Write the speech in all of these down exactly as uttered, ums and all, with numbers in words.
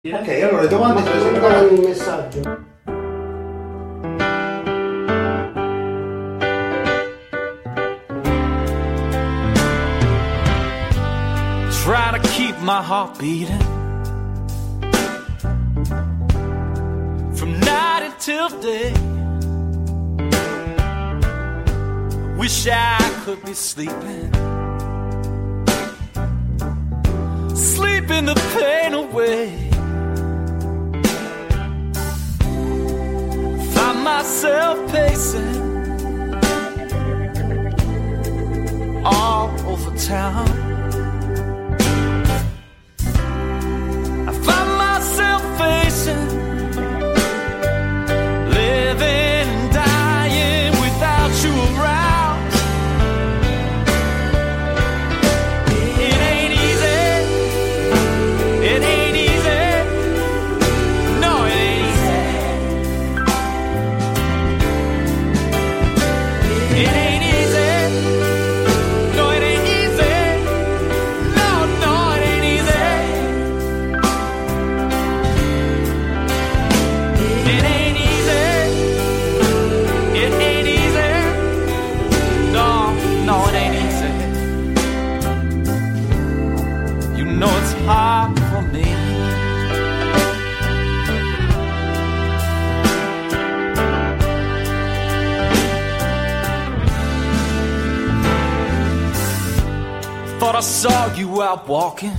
Ok, allora le domande presentano il messaggio. Try to keep my heart beating from night until day. Wish I could be sleeping, sleeping the pain away. Find myself pacing all over town. I find myself facing living and dying without you around. It ain't easy. It ain't easy. No, it ain't easy. It ain't easy. No, it ain't easy. No, no, it ain't easy. It ain't easy. It ain't easy. No, no, it ain't easy. You know it's hard for me. Thought I saw you out walking,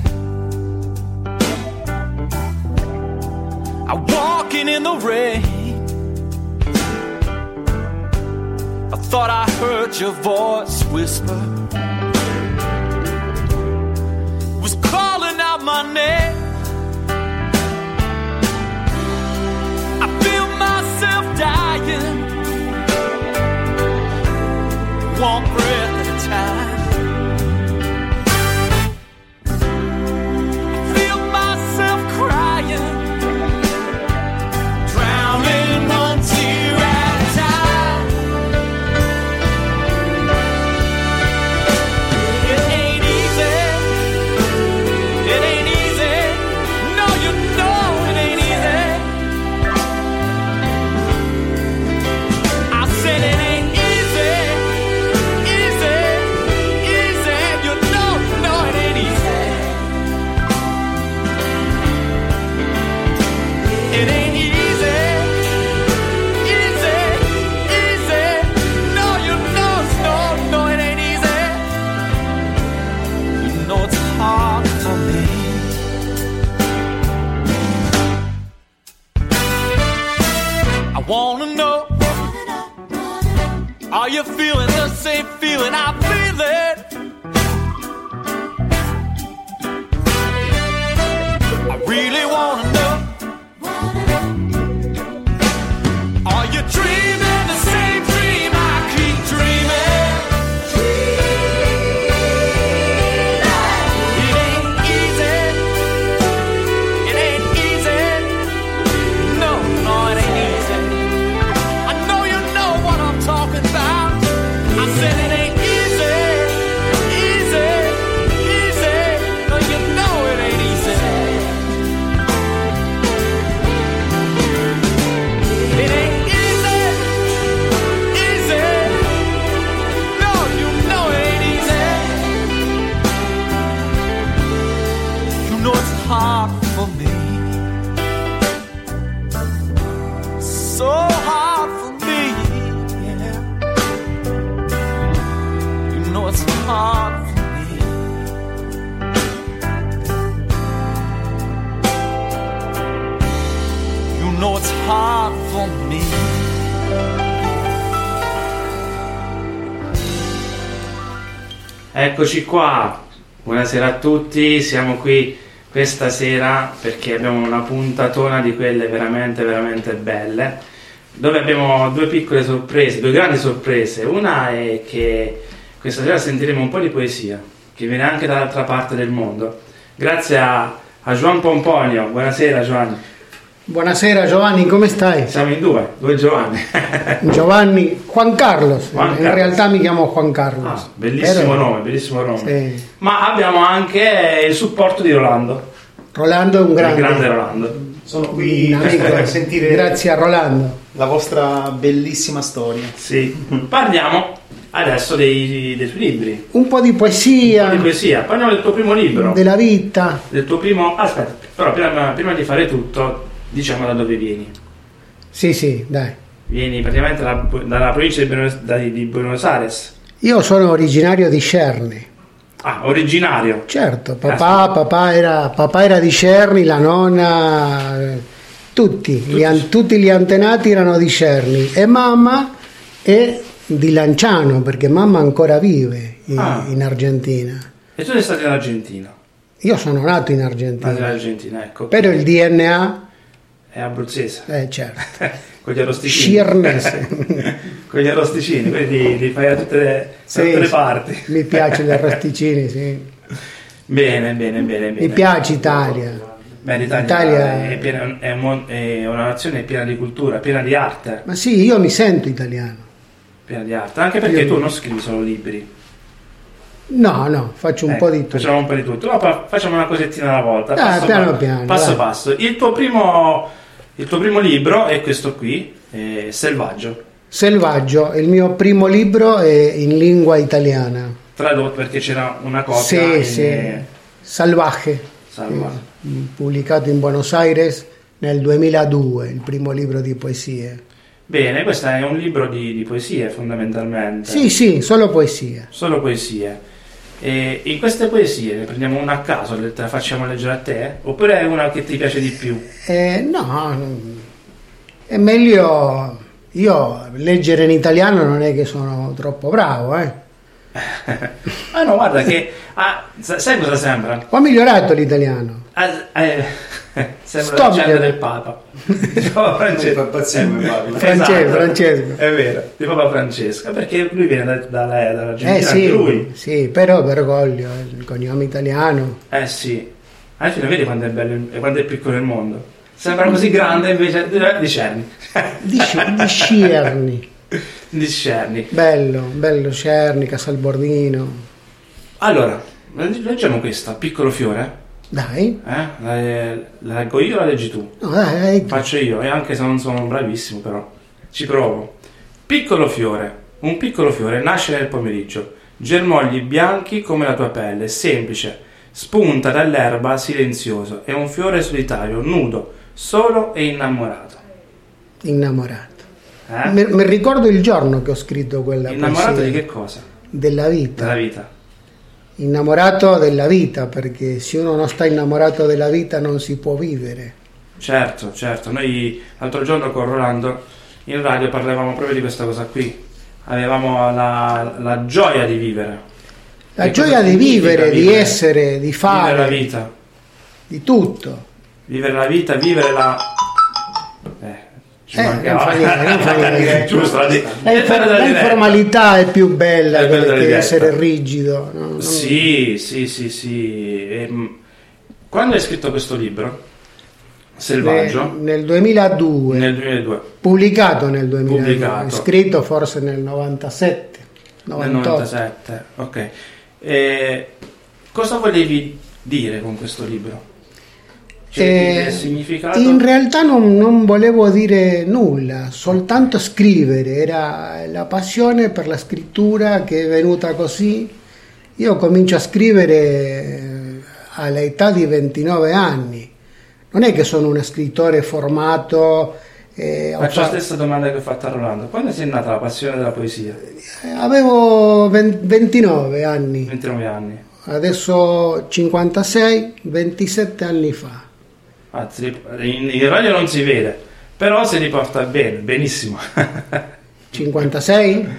out walking in the rain. I thought I heard your voice whisper, was calling out my name. I feel myself dying, one breath at a time. Feel myself crying, drowning one tear at a time. It ain't easy. It ain't easy. No, you know it ain't easy. I said it ain't easy. Easy, easy. You know, no, it ain't easy. It ain't easy. Easy, easy. No, you know, no, no, it ain't easy. You know it's hard for me. I wanna know, are you feeling the same feeling I'm feeling? I really wanna know, are you dreaming the same dream I keep dreaming? It ain't easy. It ain't easy. No, no, it ain't easy. I know you know what I'm talking about. I said it ain't easy. Easy, easy. No, you know it ain't easy. It ain't easy. Easy. No, you know it ain't easy. You know it's hard for me. So hard for me. Yeah. You know it's hard for me. You know it's hard for me. Eccoci qua, buonasera a tutti, siamo qui questa sera perché abbiamo una puntatona di quelle veramente veramente belle, dove abbiamo due piccole sorprese, due grandi sorprese. Una è che questa sera sentiremo un po' di poesia, che viene anche dall'altra parte del mondo, grazie a, a Joan Pomponio. Buonasera Joan. Buonasera Giovanni, come stai? Siamo in due, due Giovanni. Giovanni, Juan Carlos, Juan in Carlos. realtà mi chiamo Juan Carlos. Ah, bellissimo Però- nome, bellissimo nome. Sì. Ma abbiamo anche il supporto di Rolando. Rolando è un grande. Il grande Rolando. Sono qui un amico. per sentire Grazie a Rolando. la vostra bellissima storia. Sì. Parliamo adesso dei, dei tuoi libri. Un po' di Un poesia, po' di poesia. Parliamo del tuo primo libro. della vita. Del tuo primo... Aspetta, però prima, prima di fare tutto, diciamo da dove vieni. Sì, sì, dai. Vieni praticamente da- dalla provincia di Buenos, da- di Buenos Aires. Io sono originario di Cerni. Ah, originario. Certo, papà, papà, era, papà era di Cerni, la nonna, eh, tutti, gli, an- tutti gli antenati erano di Cerni e mamma è di Lanciano perché mamma ancora vive in, Ah. in Argentina. E tu sei stato in Argentina. Io sono nato in Nato in Argentina, Argentina, ecco. però il D N A È abruzzese. è certo, Con gli arrosticini. cirnese. Con gli arrosticini, quindi li fai da tutte le, da Sì, tutte le sì. parti. Mi piace gli arrosticini, sì. Bene, bene, bene, bene. Mi piace Italia. Beh, l'Italia Italia- è, piena- è un mon- è una nazione piena di cultura, piena di arte. Ma sì, io mi sento italiano. Piena di arte. Anche perché Io- tu non scrivi solo libri. No, no, faccio un Ecco, po' di tutto. Facciamo un po' di tutto. Ma pa- facciamo una cosettina alla volta. Dai, Passo, piano pa- piano, passo dai. passo. Il tuo primo, il tuo primo libro è questo qui, eh, Selvaggio. Selvaggio, il mio primo libro è in lingua italiana. Tradotto perché c'era una copia Sì, in sì. eh, Salvaje, Salvaje. eh, pubblicato in Buenos Aires nel duemiladue, il primo libro di poesie. Bene, questo è un libro di, di poesie fondamentalmente. Sì, sì, solo poesie. Solo poesie. E in queste poesie ne prendiamo una a caso, te la facciamo leggere a te? Oppure è una che ti piace di più? Eh, no, è meglio. Io leggere in italiano non è che sono troppo bravo, eh. Ah no, guarda che... Ah, sa- sai cosa sembra? Ho migliorato l'italiano. Ah, eh, sembra Sto la cena migliorando. del Papa. Di Papa Francesco. Fa impazzire, mi parla. Francesco, Esatto. Francesco. È vero, di Papa Francesco, perché lui viene da, da- dall'Argentina, Eh anche lui. sì, sì, però Bergoglio, eh, il cognome italiano. Eh sì, alla fine vedi quanto è bello e quanto è piccolo il mondo. Sembra così grande invece eh, di Cerni. Di, Sci- di Scierni. Di Cerni. Bello, bello Cerni, Casalbordino. Allora, leggiamo questa, Piccolo fiore. Dai, Eh? La, la leggo io o la leggi tu? no, dai, dai. Faccio io, e anche se non sono bravissimo però. Ci provo. Piccolo fiore. Un piccolo fiore nasce nel pomeriggio. Germogli bianchi come la tua pelle, semplice. Spunta dall'erba silenzioso. È un fiore solitario, nudo, solo e innamorato. Innamorato. Eh? Mi, mi ricordo il giorno che ho scritto quella Innamorato poesia. di che cosa? Della vita. Della vita. Innamorato della vita, perché se uno non sta innamorato della vita non si può vivere. Certo, certo. Noi l'altro giorno con Rolando in radio parlavamo proprio di questa cosa qui. Avevamo la, la gioia di vivere. La Che gioia cosa di significa vivere, di vivere? essere, di fare, Vivere la vita. di tutto. Vivere la vita, vivere la... Eh, ci Eh, mancava. non fa niente, non fa niente. Giusto, la, di... La, è infor- bella da la diretta. informalità è più bella È che, bella da che diretta. essere rigido. no? Non- Sì, sì, sì, sì. Ehm, quando hai scritto questo libro, Selvaggio, Nel, nel duemiladue, nel duemiladue, pubblicato nel duemiladue, Pubblicato. scritto forse nel novantasette, nel novantotto. novantasette, ok. Eh, cosa volevi dire con questo libro? Cioè, Eh, il significato? in realtà non, non volevo dire nulla, soltanto scrivere, era la passione per la scrittura che è venuta così. Io comincio a scrivere eh, all'età di ventinove anni, non è che sono uno scrittore formato. eh, ho Faccio la fa- stessa domanda che ho fatto a Rolando. Quando è nata la passione della poesia? eh, avevo ven- ventinove anni, ventinove anni. adesso cinquantasei, ventisette anni fa. Anzi, in, in radio non si vede, però se li porta bene, benissimo. cinquantasei?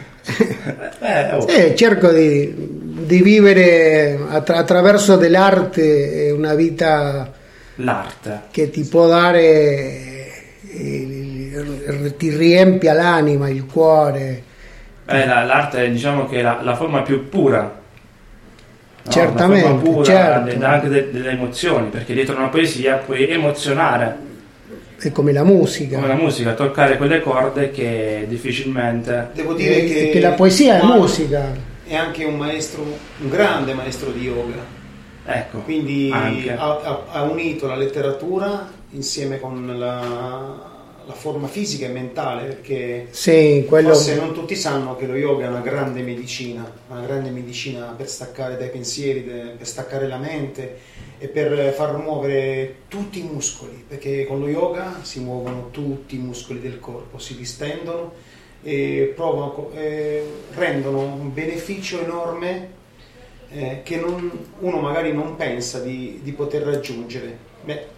eh, oh. Sì, cerco di, di vivere attra- attraverso dell'arte una vita L'arte. che ti può dare, eh, ti riempia l'anima, il cuore. Eh, la- l'arte diciamo che è la, la forma più pura. No? Certamente, la forma pura certo. de- anche de- delle emozioni, perché dietro una poesia puoi emozionare, È come la musica. come la musica, toccare quelle corde che difficilmente... Devo dire Eh, che, che la poesia è Manu musica. è anche un maestro, un grande maestro di yoga. Ecco, Quindi anche. ha, ha- ha unito la letteratura insieme con la, la forma fisica e mentale, perché Sì, quello... forse non tutti sanno che lo yoga è una grande medicina, una grande medicina per staccare dai pensieri, de- per staccare la mente e per far muovere tutti i muscoli, perché con lo yoga si muovono tutti i muscoli del corpo, si distendono e provano, eh, rendono un beneficio enorme eh, che non- uno magari non pensa di, di poter raggiungere. Beh, eh,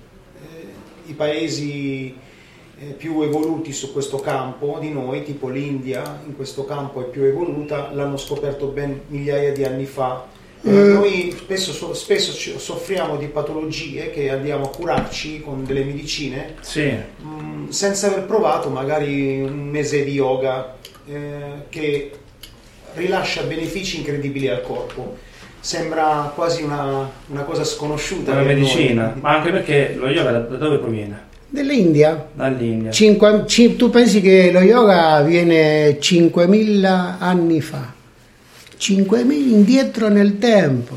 i paesi eh, più evoluti su questo campo di noi, tipo l'India, in questo campo è più evoluta, l'hanno scoperto ben migliaia di anni fa. Eh, Noi spesso, so- spesso ci- soffriamo di patologie che andiamo a curarci con delle medicine Sì, mh, senza aver provato magari un mese di yoga eh, che rilascia benefici incredibili al corpo. Sembra quasi una, una cosa sconosciuta una per noi. medicina, ma anche perché lo yoga da, da dove proviene? Dell'India. Dall'India. Cinque- ci- tu pensi che lo yoga viene cinquemila anni fa, cinquemila indietro nel tempo.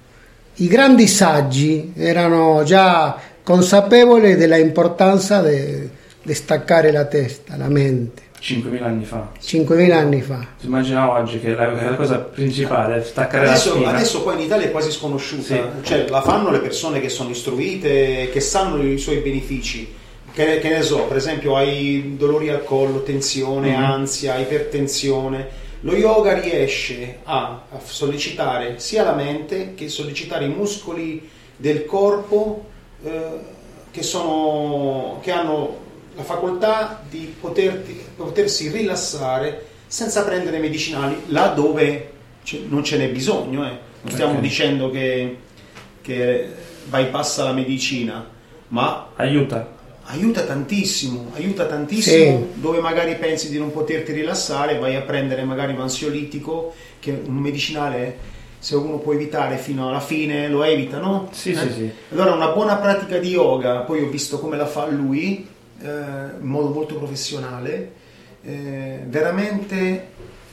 I grandi saggi erano già consapevoli della importanza di staccare la testa, la mente, cinquemila anni fa. cinquemila anni fa. Si immagina oggi che la, la cosa principale è staccare la Adesso, spina. adesso qua in Italia è quasi sconosciuta, Sì. cioè la fanno le persone che sono istruite, che sanno i suoi benefici. Che, che ne so, per esempio hai dolori al collo, tensione, Mhm. ansia, ipertensione. Lo yoga riesce a, a sollecitare sia la mente che sollecitare i muscoli del corpo eh, che, sono, che hanno la facoltà di poterti- potersi rilassare senza prendere medicinali là dove ce- non ce n'è bisogno. eh. Non stiamo Ok. dicendo che, che bypassa la medicina, ma Aiuta. aiuta tantissimo, aiuta tantissimo. Sì. Dove magari pensi di non poterti rilassare, vai a prendere magari un ansiolitico, che un medicinale, se uno può evitare fino alla fine, lo evita, no? Sì, Eh? sì, sì. Allora una buona pratica di yoga, poi ho visto come la fa lui, eh, in modo molto professionale, eh, veramente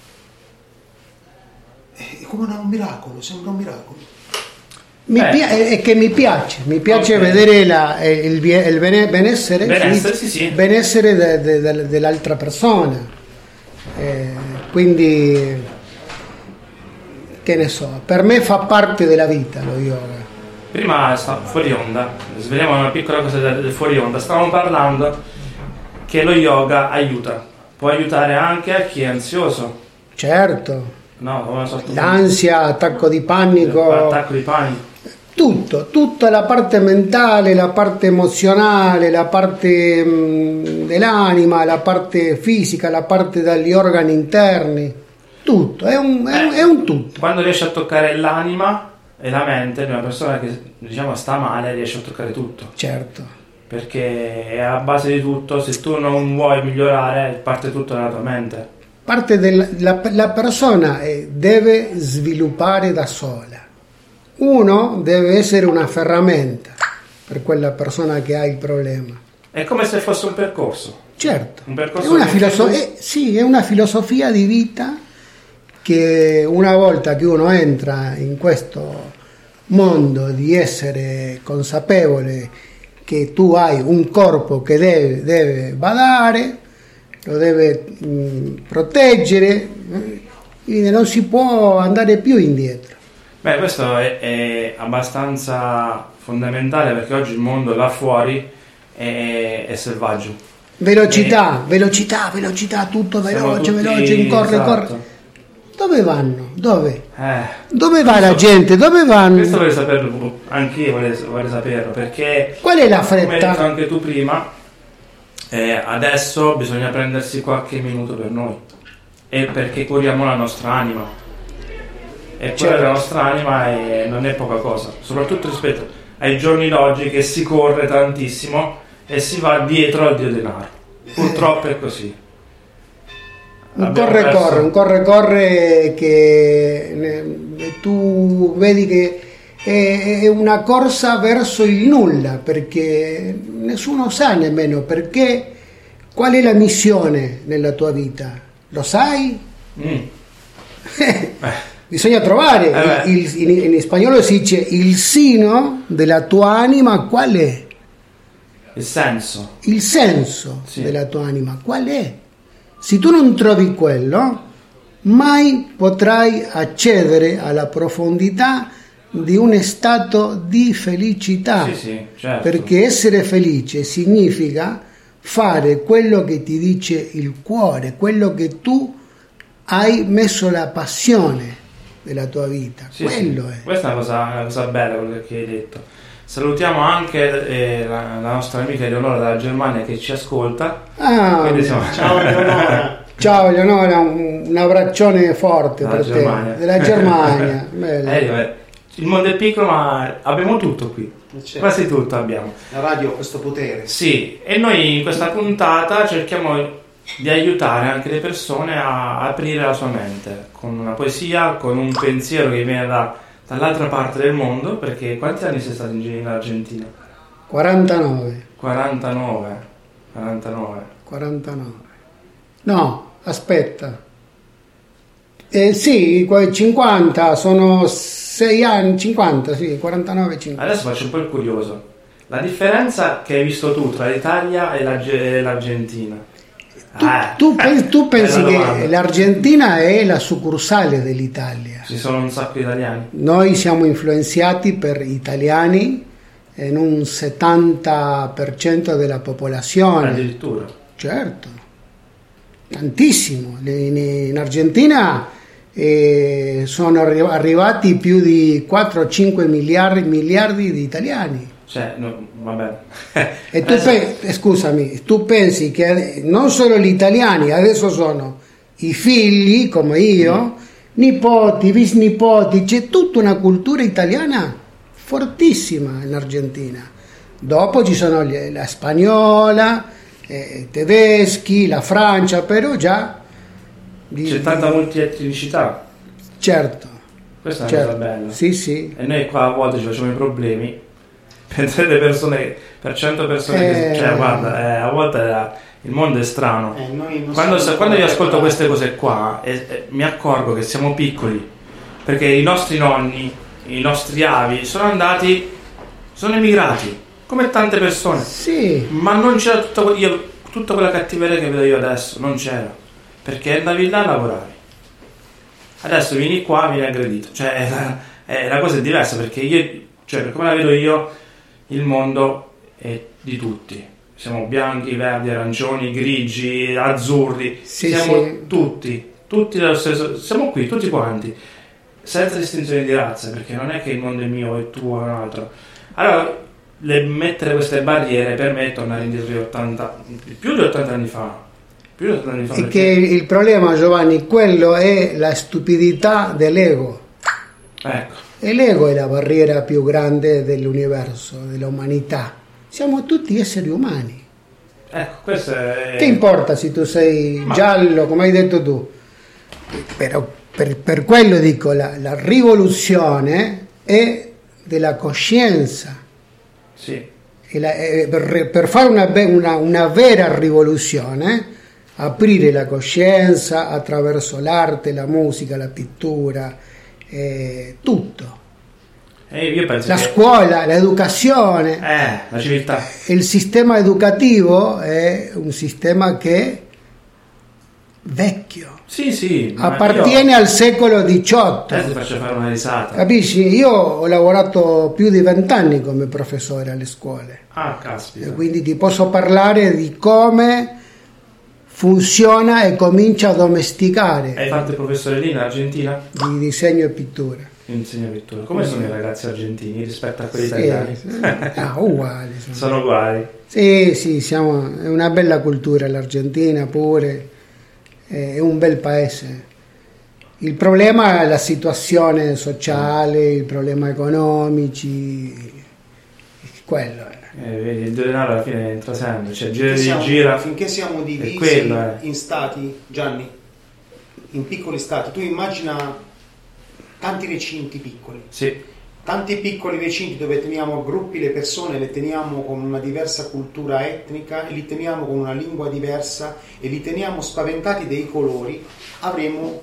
è come un miracolo, sembra un miracolo. Mi Eh. pia- è che mi piace, mi piace Ok. vedere la- il, bie- il bene- benessere, Benessere, sì, sì. benessere de- de- de- dell'altra persona. Eh, quindi, che ne so, per me fa parte della vita lo yoga. Prima sta- fuori onda, sveliamo una piccola cosa del, del fuori onda. Stavamo parlando che lo yoga aiuta, può aiutare anche a chi è ansioso, Certo, no? Come una sorta di- l'ansia, attacco di panico, attacco di panico. tutto, tutta la parte mentale, la parte emozionale, la parte mh, dell'anima, la parte fisica, la parte degli organi interni, tutto, è un, è un- è un tutto. Quando riesce a toccare l'anima e la mente di una persona che diciamo sta male, riesce a toccare tutto, Certo, perché è a base di tutto. Se tu non vuoi migliorare, parte tutto dalla tua mente. parte della la, la persona eh, deve sviluppare da sola. Uno deve essere una ferramenta per quella persona che ha il problema. È come se fosse un percorso. Certo, Un percorso è una, che filoso- tu- eh, sì, è una filosofia di vita che una volta che uno entra in questo mondo di essere consapevole che tu hai un corpo che deve, deve badare, lo deve mh, proteggere, eh, quindi non si può andare più indietro. Beh, questo è, è abbastanza fondamentale, perché oggi il mondo là fuori è, è selvaggio. Velocità, velocità, velocità, tutto Siamo veloce, tutti- veloce, corre, esatto. corre. Dove vanno? Dove? Eh, Dove va la gente? Dove vanno? questo vorrei saperlo, anch'io vorrei, vorrei saperlo, perché Qual è la come hai detto fretta? anche tu prima, eh, adesso bisogna prendersi qualche minuto per noi, e perché curiamo la nostra anima, e curare Certo. la nostra anima è- non è poca cosa, soprattutto rispetto ai giorni d'oggi che si corre tantissimo e si va dietro al dio denaro. Purtroppo è così. Un Abbiamo corre perso- corre, un corre corre che ne- tu vedi che è, è una corsa verso il nulla, perché nessuno sa nemmeno perché, qual è la missione nella tua vita. Lo sai? Mm. Eh, bisogna trovare, Eh il- il- in, in spagnolo si dice il sino della tua anima, qual è? Il senso. Il senso Sì. della tua anima, qual è? Se tu non trovi quello, mai potrai accedere alla profondità di un stato di felicità. Sì, sì, certo. Perché essere felice significa fare quello che ti dice il cuore, quello che tu hai messo la passione della tua vita. Sì, quello sì. è. Questa è una cosa, una cosa bella quello che hai detto. Salutiamo anche eh, la, la nostra amica Eleonora dalla Germania che ci ascolta. Ah, Quindi siamo- Ciao Eleonora. ciao Eleonora, un, un abbraccione forte Dalla per Germania. te. Della Germania. Bello. Eh, vabbè, il mondo è piccolo ma abbiamo tutto qui. Certo. Quasi tutto abbiamo. La radio ha questo potere. Sì, e noi in questa puntata cerchiamo di aiutare anche le persone a aprire la sua mente con una poesia, con un pensiero che viene da, dall'altra parte del mondo, perché quanti anni sei stato in, in Argentina? quarantanove. quarantanove. quarantanove. quarantanove. No, aspetta. Eh, sì, qua- cinquanta, sono sei anni, cinquanta, sì, quarantanove, cinquanta. Adesso faccio un po' il curioso. La differenza che hai visto tu tra l'Italia e la- e l'Argentina? Tu, Ah, tu pen- tu pensi bella che domanda. l'Argentina è la succursale dell'Italia. Ci sono un sacco di italiani. Noi siamo influenzati per italiani in un settanta per cento della popolazione. Addirittura. Certo, tantissimo. In, in Argentina eh, sono arri- arrivati più di quattro o cinque miliardi, miliardi di italiani. Cioè, no, vabbè. E tu, Adesso- pe- eh, scusami, tu pensi che non solo gli italiani adesso sono i figli come io, nipoti, bisnipoti, c'è tutta una cultura italiana fortissima in Argentina. Dopo ci sono gli- la spagnola, eh, i tedeschi, la Francia, però già di- C'è tanta multietnicità. certo, Questa è una certo. cosa bella. Sì, sì. E noi qua a volte ci facciamo i problemi per delle persone, per cento persone che, Eh. cioè guarda, eh, a volte la- il mondo è strano. Eh, noi non Quando, siamo quando io ancora ascolto preparati. queste cose qua e, e mi accorgo che siamo piccoli, perché i nostri nonni, i nostri avi sono andati, sono emigrati, come tante persone, Sì, ma non c'era tutta, que- io- tutta quella cattiveria che vedo io adesso, non c'era, perché andavi là a lavorare. Adesso vieni qua, vieni aggredito, cioè è la, è la cosa è diversa, perché io, cioè per come la vedo io, il mondo è di tutti. Siamo bianchi, verdi, arancioni, grigi, azzurri, Sì, siamo sì. tutti, tutti dello stesso, siamo qui, tutti quanti, senza distinzione di razza, perché non è che il mondo è mio e tuo è un altro. Allora, le- mettere queste barriere per me è tornare indietro di ottanta, più di ottanta anni fa, più di ottanta anni fa. è perché- che il problema, Giovanni, quello è la stupidità dell'ego. Ecco, E l'ego è la barriera più grande dell'universo, dell'umanità. Siamo tutti esseri umani. ecco, questo è... Che importa se tu sei Ma- giallo, come hai detto tu? Però per, per quello dico, la, la rivoluzione è della coscienza. Sì, E la- e per, per fare una, be- una- una vera rivoluzione, aprire la coscienza attraverso l'arte, la musica, la pittura, eh, tutto. e io penso La che... scuola, l'educazione, Eh, la civiltà. il sistema educativo è un sistema che è vecchio, Sì, sì, ma appartiene al secolo diciotto. io... Adesso ti faccio fare una risata. Capisci? Io ho lavorato più di vent'anni come professore alle scuole. Ah, E caspita. quindi ti posso parlare di come funziona e comincia a domesticare Hai fatto il professore lì in Argentina? di disegno e pittura. Insegna pittura. Come sono i ragazzi argentini rispetto a quelli Sì, italiani? sì. Ah, uguali. sono. Sono uguali. Sì, sì, siamo, è una bella cultura l'Argentina pure, è un bel paese. Il problema è la situazione sociale, il problema economici, quello è. Eh, vedi, il denaro alla fine entra sempre, cioè gira Finché e siamo, gira. finché siamo divisi quello, eh. in stati, Gianni, in piccoli stati, tu immagina tanti recinti piccoli, Sì, tanti piccoli recinti dove teniamo gruppi, le persone le teniamo con una diversa cultura etnica e li teniamo con una lingua diversa e li teniamo spaventati dei colori, avremo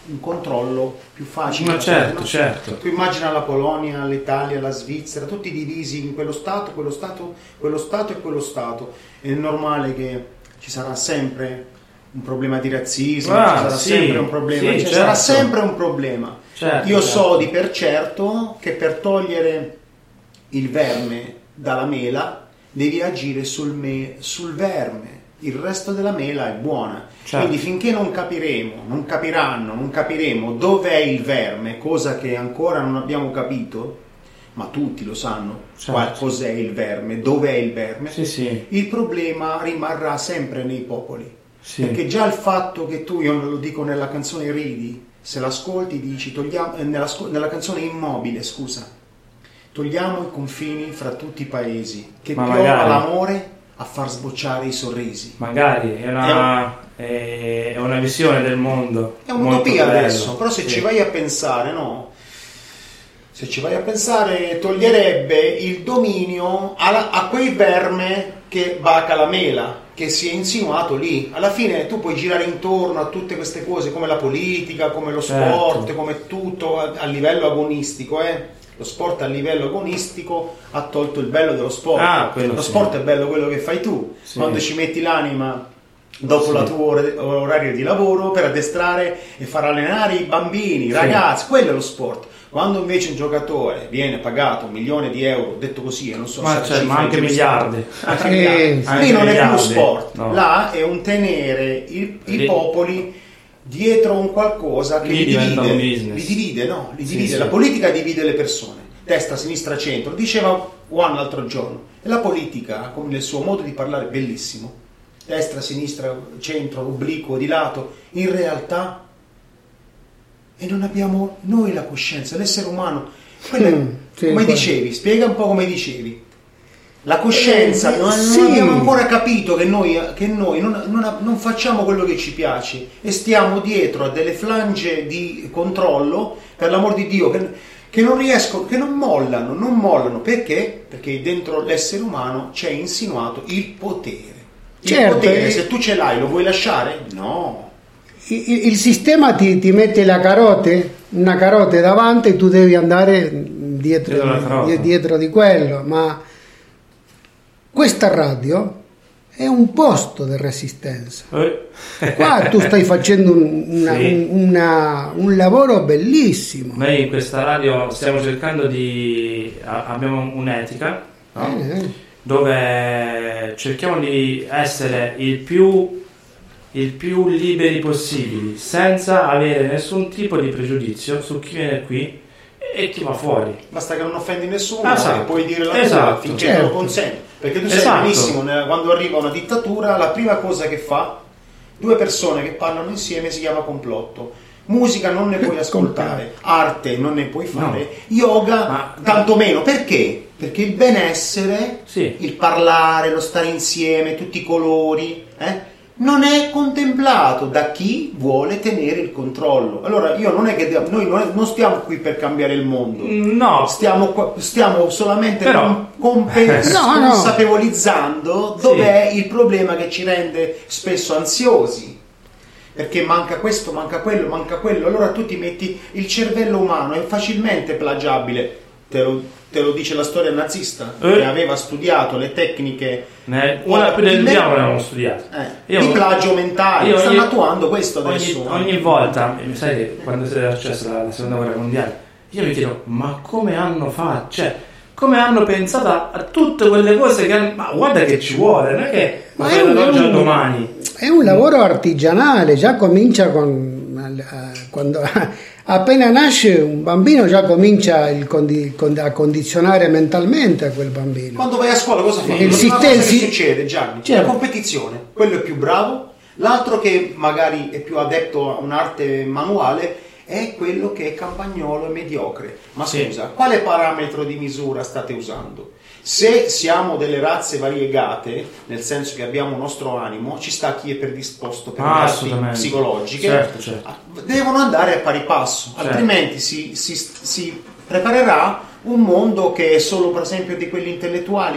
un controllo più facile. Ma certo, certo. Tu immagina la Polonia, l'Italia, la Svizzera, tutti divisi in quello Stato, quello Stato, quello Stato e quello Stato. È normale che ci sarà sempre un problema di razzismo, Ah, ci sarà sì, sempre un problema, sì, ci certo. sarà sempre un problema. Certo, Io certo. so di per certo che per togliere il verme dalla mela devi agire sul, me- sul verme, il resto della mela è buona. Certo. Quindi finché non capiremo, non capiranno, non capiremo dov'è il verme, cosa che ancora non abbiamo capito, ma tutti lo sanno, Certo. qual- cos'è il verme, dov'è il verme, Sì, sì. il problema rimarrà sempre nei popoli. Sì. Perché già il fatto che tu, io lo dico nella canzone Ridi, se l'ascolti dici, togliamo, eh, nella, scu- nella canzone Immobile, scusa, togliamo i confini fra tutti i paesi, che Ma piova magari. l'amore a far sbocciare i sorrisi. Magari è una, è è una visione del mondo. È molto un'utopia bella. adesso, però se Sì. ci vai a pensare, no? Se ci vai a pensare, toglierebbe il dominio alla- a quei verme che baca la mela, che si è insinuato lì. Alla fine tu puoi girare intorno a tutte queste cose, come la politica, come lo sport, Certo. come tutto a, a livello agonistico, eh? Lo sport a livello agonistico ha tolto il bello dello sport. Ah, quello lo sì. sport è bello quello che fai tu, Sì. quando ci metti l'anima dopo Sì. la tua or- orario di lavoro per addestrare e far allenare i bambini, i Sì. ragazzi, quello è lo sport. Quando invece un giocatore viene pagato un milione di euro, detto così, e non so Ma, se la cioè, cifra ma è anche giusta, miliardi. anche Sì, miliardi. sì. Lì Anche non è più miliardi. sport, No. là è un tenere il- i Lì- popoli dietro un qualcosa che Lì li diventa divide, un business. li divide, no, li Sì, divide. sì. La politica divide le persone, destra, sinistra, centro. Diceva Juan l'altro giorno, e la politica, con il suo modo di parlare bellissimo, destra, sinistra, centro, obliquo, di lato, in realtà, e non abbiamo noi la coscienza, l'essere umano. Quella- Mm, sì, come qua- dicevi, spiega un po' come dicevi. La coscienza, Eh, non, sì. non abbiamo ancora capito che noi, che noi non, non- non facciamo quello che ci piace e stiamo dietro a delle flange di controllo, per l'amor di Dio, che, che non riescono, che non mollano, non mollano. Perché? Perché dentro l'essere umano c'è insinuato il potere. Il Certo, potere, eh. se tu ce l'hai, lo vuoi lasciare? No. Il, il sistema ti, ti mette la carote, una carote davanti e tu devi andare dietro, Dietro la carota. di- dietro di quello, ma questa radio è un posto di resistenza. Eh. Qua tu stai facendo un, una- Sì. un- una- un lavoro bellissimo. Noi in questa radio stiamo cercando di... a- abbiamo un'etica, no? Eh, Dove cerchiamo di essere il più, il più liberi possibili, senza avere nessun tipo di pregiudizio su chi viene qui e chi va fuori. Basta che non offendi nessuno Esatto. e puoi dire la tua Esatto. finché Certo. te lo consenti. Perché tu sai Esatto. benissimo, ne- quando arriva una dittatura, la prima cosa che fa due persone che parlano insieme si chiama complotto. Musica non ne puoi ascoltare, arte non ne puoi fare, yoga Ma- tantomeno. Perché? Perché il benessere, Sì. il parlare, lo stare insieme, tutti i colori, eh, non è contemplato da chi vuole tenere il controllo. Allora io non è che de- noi non, è- non stiamo qui per cambiare il mondo. No, Stiamo, qua- stiamo solamente Però- com- compe- No, no. consapevolizzando dov'è il problema che ci rende spesso ansiosi. Perché manca questo, manca quello, manca quello. Allora tu ti metti il cervello umano, è facilmente plagiabile. Te lo, te lo dice la storia nazista, Eh. che aveva studiato le tecniche ne- una più del di- diavolo l'abbiamo studiato. eh, Io- di plagio mentale. io Stanno ogni- attuando questo Ogni, adesso. ogni volta, sai che quando è successa la, la seconda guerra mondiale, io mi chiedo, ma come hanno fatto? Cioè, come hanno pensato a, a tutte quelle cose che hanno... Ma guarda che ci vuole, non è che Ma ma è fai un- dall'oggi è al un- domani. È un lavoro artigianale, già comincia con eh, quando appena nasce un bambino già comincia il condi- con- a condizionare mentalmente a quel bambino. Quando vai a scuola cosa fai? Il La prima sistema- cosa che si- succede, Gianni? C'è Certo. la competizione. Quello è più bravo, l'altro che magari è più adepto a un'arte manuale è quello che è campagnolo e mediocre. Ma Sì. scusa, quale parametro di misura state usando? Se siamo delle razze variegate, nel senso che abbiamo un nostro animo, ci sta chi è predisposto per Ah, le arti assolutamente. psicologiche, Certo, certo. devono andare a pari passo, Certo. altrimenti si, si, si preparerà un mondo che è solo per esempio di quelli intellettuali.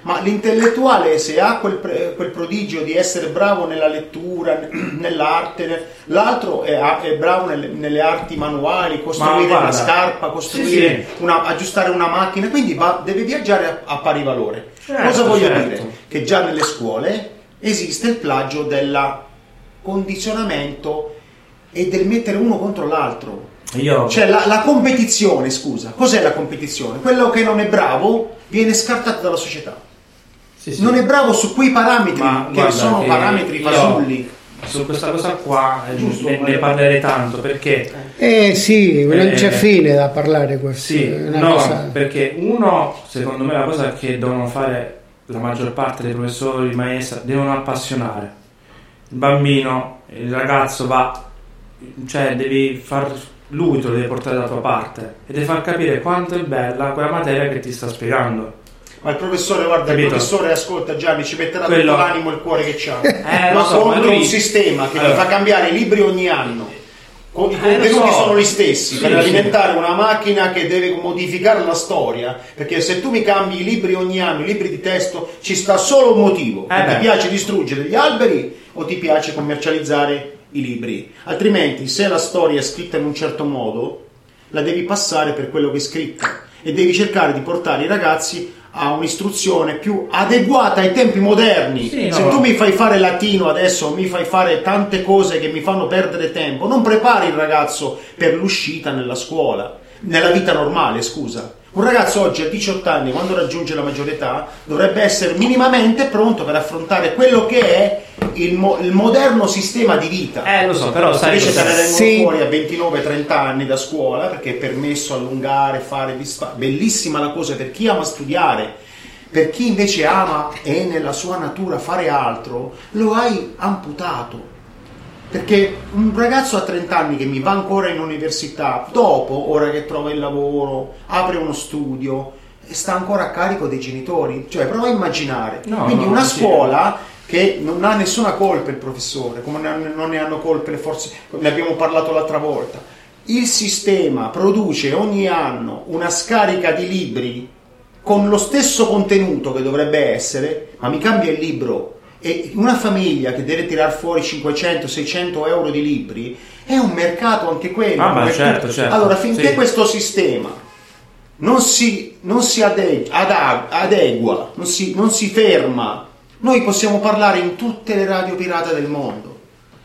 Ma l'intellettuale, se ha quel, pre- quel prodigio di essere bravo nella lettura, nell'arte, l'altro è, è bravo nelle, nelle arti manuali, costruire guarda, una scarpa, costruire sì, sì. Una, aggiustare una macchina, quindi va, deve viaggiare a, a pari valore. Certo, Cosa voglio certo. dire? Che già nelle scuole esiste il plagio del condizionamento e del mettere uno contro l'altro. Io... Cioè la, la competizione, scusa, cos'è la competizione? Quello che non è bravo viene scartato dalla società. Sì, sì. Non è bravo su quei parametri Ma che guarda sono che parametri io fasulli. Su questa cosa qua eh, Giusto, ne, ne parlerei tanto perché Eh sì, non Eh, c'è fine da parlare questo. sì, è una no, cosa- perché uno, secondo me la cosa che devono fare la maggior parte dei professori, maestri, devono appassionare il bambino, il ragazzo va, cioè devi far, lui te lo devi portare dalla tua parte e devi far capire quanto è bella quella materia che ti sta spiegando. Ma il professore, guarda, Capito? il professore, ascolta Gianni, ci metterà Quello- tutto l'animo e il cuore che c'ha. Eh, lo ma so, ma contro lui- un sistema che Allora. ti fa cambiare i libri ogni anno. Con- I Eh, contenuti lo so. sono gli stessi, Sì, per sì. alimentare una macchina che deve modificare la storia, perché se tu mi cambi i libri ogni anno, i libri di testo, ci sta solo un motivo: Eh, che ti beh. piace distruggere gli alberi o ti piace commercializzare i libri. Altrimenti, se la storia è scritta in un certo modo, la devi passare per quello che è scritta e devi cercare di portare i ragazzi a un'istruzione più adeguata ai tempi moderni. Sì, Se no. tu mi fai fare latino adesso, mi fai fare tante cose che mi fanno perdere tempo, non prepari il ragazzo per l'uscita nella scuola, nella vita normale, scusa. Un ragazzo oggi a diciotto anni, quando raggiunge la maggiore età, dovrebbe essere minimamente pronto per affrontare quello che è il, mo- il moderno sistema di vita. Eh, lo so, però sai Invece te ne cos'è? vengono Sì. fuori a ventinove trenta anni da scuola perché è permesso allungare, fare disfa- bellissima la cosa per chi ama studiare. Per chi invece ama e nella sua natura fare altro, lo hai amputato. Perché un ragazzo a trenta anni che mi va ancora in università, dopo, ora che trova il lavoro, apre uno studio, sta ancora a carico dei genitori. Cioè, prova a immaginare. No, Quindi no, una sì. scuola che non ha nessuna colpa il professore, come ne hanno- non ne hanno colpe le forze, ne abbiamo parlato l'altra volta. Il sistema produce ogni anno una scarica di libri con lo stesso contenuto che dovrebbe essere, ma mi cambia il libro. E una famiglia che deve tirar fuori cinquecento seicento euro di libri è un mercato anche quello. Ah, ma perché- certo, certo, allora, finché sì. questo sistema non si, non si ade- ada- adegua, non si, non si ferma, noi possiamo parlare in tutte le radio pirata del mondo,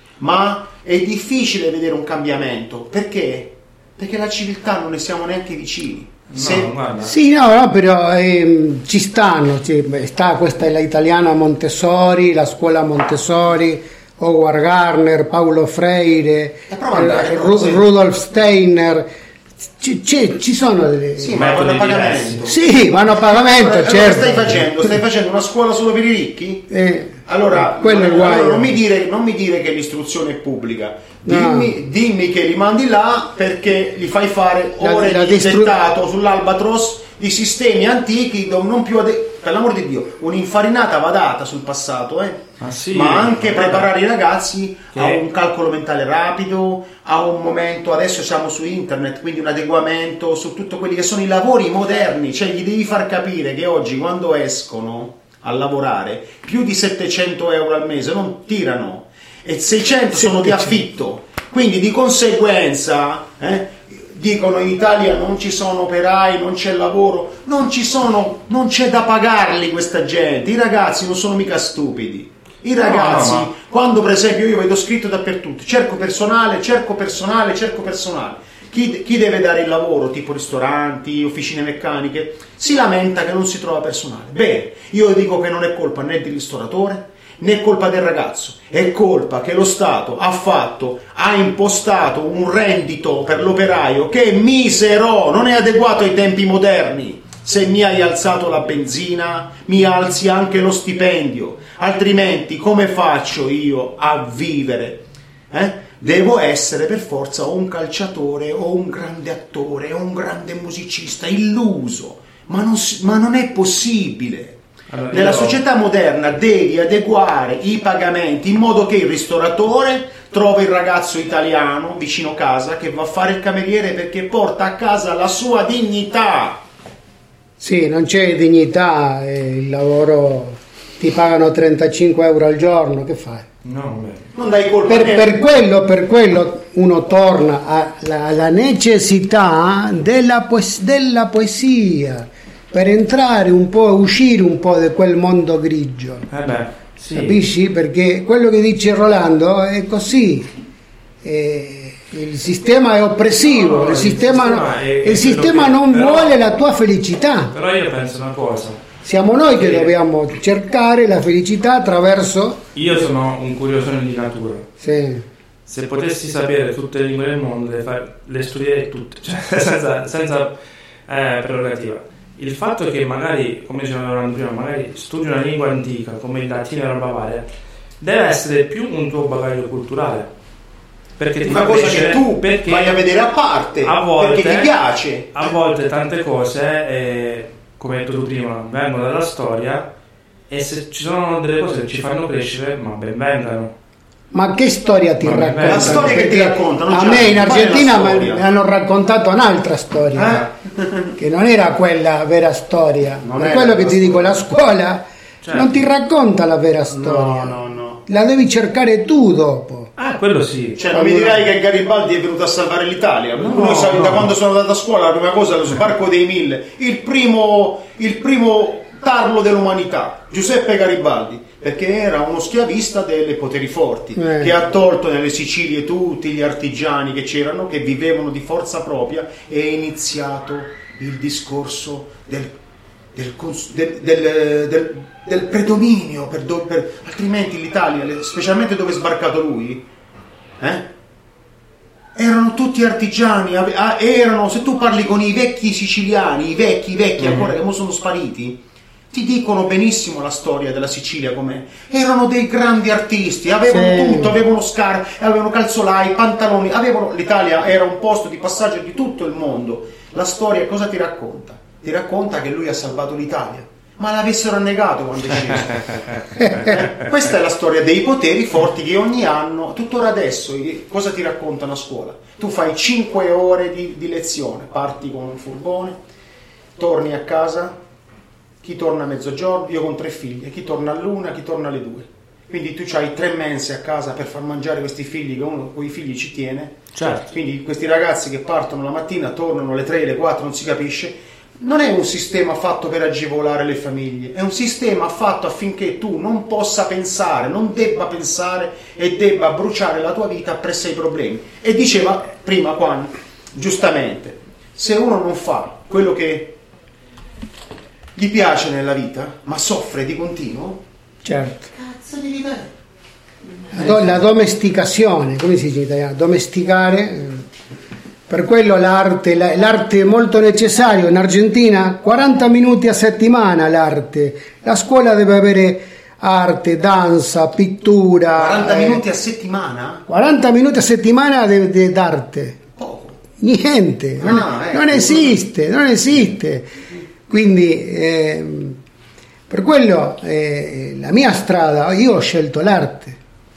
ma è difficile vedere un cambiamento. Perché? Perché la civiltà non ne siamo neanche vicini. Se- No, guarda. Sì, no, no, però ehm, ci stanno, sì, beh, sta questa è la italiana Montessori, la scuola Montessori, Howard Gardner, Paulo Freire, E prova ad andare, eh, no? Ru- Sì. Rudolf Steiner, ci, ci- ci sono delle... Sì, ma Metodi vanno a pagamento. diversi. Sì, vanno a pagamento, Allora, certo. Cosa stai facendo? Stai facendo una scuola solo per i ricchi? Eh, Allora, quello è il allora guaio. non, mi dire, non mi dire che l'istruzione è pubblica. No. Dimmi, dimmi che li mandi là perché li fai fare La- ore la di distru- dettato sull'Albatros di sistemi antichi, dove non più ade- per l'amor di Dio, un'infarinata va data sul passato, eh? Ma sì, ma anche guarda. preparare i ragazzi Che- a un calcolo mentale rapido, a un momento, adesso siamo su internet, quindi un adeguamento su tutto quelli che sono i lavori moderni, cioè gli devi far capire che oggi quando escono a lavorare più di settecento euro al mese non tirano e seicento sono di affitto, quindi di conseguenza eh, dicono in Italia non ci sono operai, non c'è lavoro, non ci sono, non c'è da pagarli questa gente, i ragazzi non sono mica stupidi. I ragazzi, No, no, ma- quando per esempio io vedo scritto dappertutto, cerco personale, cerco personale, cerco personale, chi, chi deve dare il lavoro, tipo ristoranti, officine meccaniche, si lamenta che non si trova personale. Bene, io dico che non è colpa né del ristoratore, né è colpa del ragazzo, è colpa che lo Stato ha fatto, ha impostato un reddito per l'operaio che è misero, non è adeguato ai tempi moderni. Se mi hai alzato la benzina, mi alzi anche lo stipendio, altrimenti come faccio io a vivere? Eh? Devo essere per forza o un calciatore o un grande attore o un grande musicista, illuso, ma non, si- ma non è possibile. Allora, Nella io- società moderna devi adeguare i pagamenti in modo che il ristoratore trova il ragazzo italiano vicino casa che va a fare il cameriere perché porta a casa la sua dignità. Sì, non c'è dignità, e il lavoro ti pagano trentacinque euro al giorno, che fai? No, beh. Non dai colpa Per, a per quello, per quello uno torna alla, alla necessità della, poes- della poesia, per entrare un po', uscire un po' da quel mondo grigio. Eh beh, sì. Capisci? Perché quello che dice Rolando è così. Eh, il sistema è oppressivo, No, no, il il sistema, sistema è- il è sistema quello che- non però- vuole la tua felicità. Però io penso una cosa. Siamo noi che Sì. dobbiamo cercare la felicità attraverso... Io sono un curiosone di natura. Sì. Se potessi sapere tutte le lingue del mondo, le, fa- le studierei tutte, cioè senza, senza eh, prerogativa. Il fatto che magari, come dicevamo Rolando prima, magari studi una lingua antica come il latino e la roba varia, deve essere più un tuo bagaglio culturale. Perché ti una fa cosa crescere, che tu perché vai a vedere a parte, a volte, perché ti piace. A volte tante cose, eh, come hai detto tu prima, vengono dalla storia, e se ci sono delle cose che ci fanno crescere, ma ben vengano. Ma che storia ti Ma racconta? la storia che ti Perché raccontano, a Gianni, me in qual è la Argentina storia? mi hanno raccontato un'altra storia, che non era quella vera storia. Non Per era quello che la ti dico, storia. la scuola Certo. non ti racconta la vera storia. No, no, no. La devi cercare tu dopo. Ah, quello sì. Cioè, non mi dirai che Garibaldi è venuto a salvare l'Italia. No, Noi sai, da no. quando sono andato a scuola, la prima cosa, lo sbarco dei mille, il primo, il primo tarlo dell'umanità, Giuseppe Garibaldi, perché era uno schiavista delle poteri forti, Eh. che ha tolto nelle Sicilie tutti gli artigiani che c'erano, che vivevano di forza propria, e è iniziato il discorso del, del, cons- del, del, del, del predominio, per do- per- altrimenti l'Italia, le- specialmente dove è sbarcato lui, eh? Erano tutti artigiani, ave- ah, erano, se tu parli con i vecchi siciliani, i vecchi, i vecchi ancora che mo sono spariti, ti dicono benissimo la storia della Sicilia com'è. Erano dei grandi artisti, avevano Sì. tutto, avevano scarpe, avevano calzolai, pantaloni, avevano... l'Italia era un posto di passaggio di tutto il mondo. La storia cosa ti racconta? Ti racconta che lui ha salvato l'Italia, ma l'avessero annegato quando è sceso. Eh, Questa è la storia dei poteri forti che ogni anno, tuttora adesso, i- cosa ti raccontano a scuola? Tu fai cinque ore di, di lezione, parti con un furgone, torni a casa, chi torna a mezzogiorno, io con tre figlie, chi torna all'una, chi torna alle due. Quindi tu hai tre mense a casa per far mangiare questi figli, che uno con i figli ci tiene. Certo. Quindi questi ragazzi che partono la mattina, tornano alle tre, alle quattro, non si capisce. Non è un sistema fatto per agevolare le famiglie, è un sistema fatto affinché tu non possa pensare, non debba pensare e debba bruciare la tua vita presso ai problemi. E diceva prima Juan, giustamente, se uno non fa quello che gli piace nella vita, ma soffre di continuo, Certo. cazzo di vivere. La, do- la domesticazione, come si dice in italiano? Domesticare. eh, Per quello l'arte, la- l'arte è molto necessario. In Argentina quaranta minuti a settimana l'arte. La scuola deve avere arte, danza, pittura. quaranta eh, minuti a settimana? quaranta minuti a settimana de- de- d'arte. Poco. Niente, non, Ah, ecco. non esiste, non esiste. Quindi ehm, per quello eh, la mia strada, io ho scelto l'arte.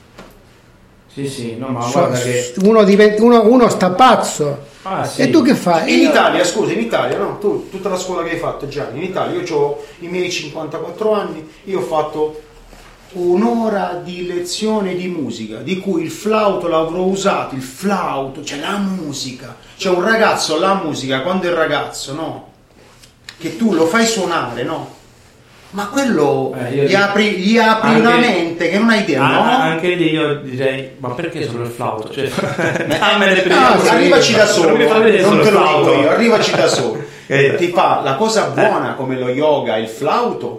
Sì, sì, no, ma So- guarda che... uno, diventa, uno, uno sta pazzo. Ah, sì. E tu che fai? In Io- Italia, scusa, in Italia, no? Tu, tutta la scuola che hai fatto, Gianni, in Italia, io ho i miei cinquantaquattro anni, io ho fatto un'ora di lezione di musica, di cui il flauto l'avrò usato, il flauto, cioè la musica. C'è un ragazzo, la musica, quando è ragazzo, no? Che tu lo fai suonare, no? Ma quello Eh, io- gli apri, gli apri Anche- una mente che non hai idea, Ah, no? anche lì io direi, ma perché solo il flauto? Cioè, dammene Ah, prima. sì. Arrivaci da solo, Non mi fa vedere non solo te il lo flauto. dico io, arrivaci da solo. Eh. Ti fa la cosa buona come lo yoga e il flauto,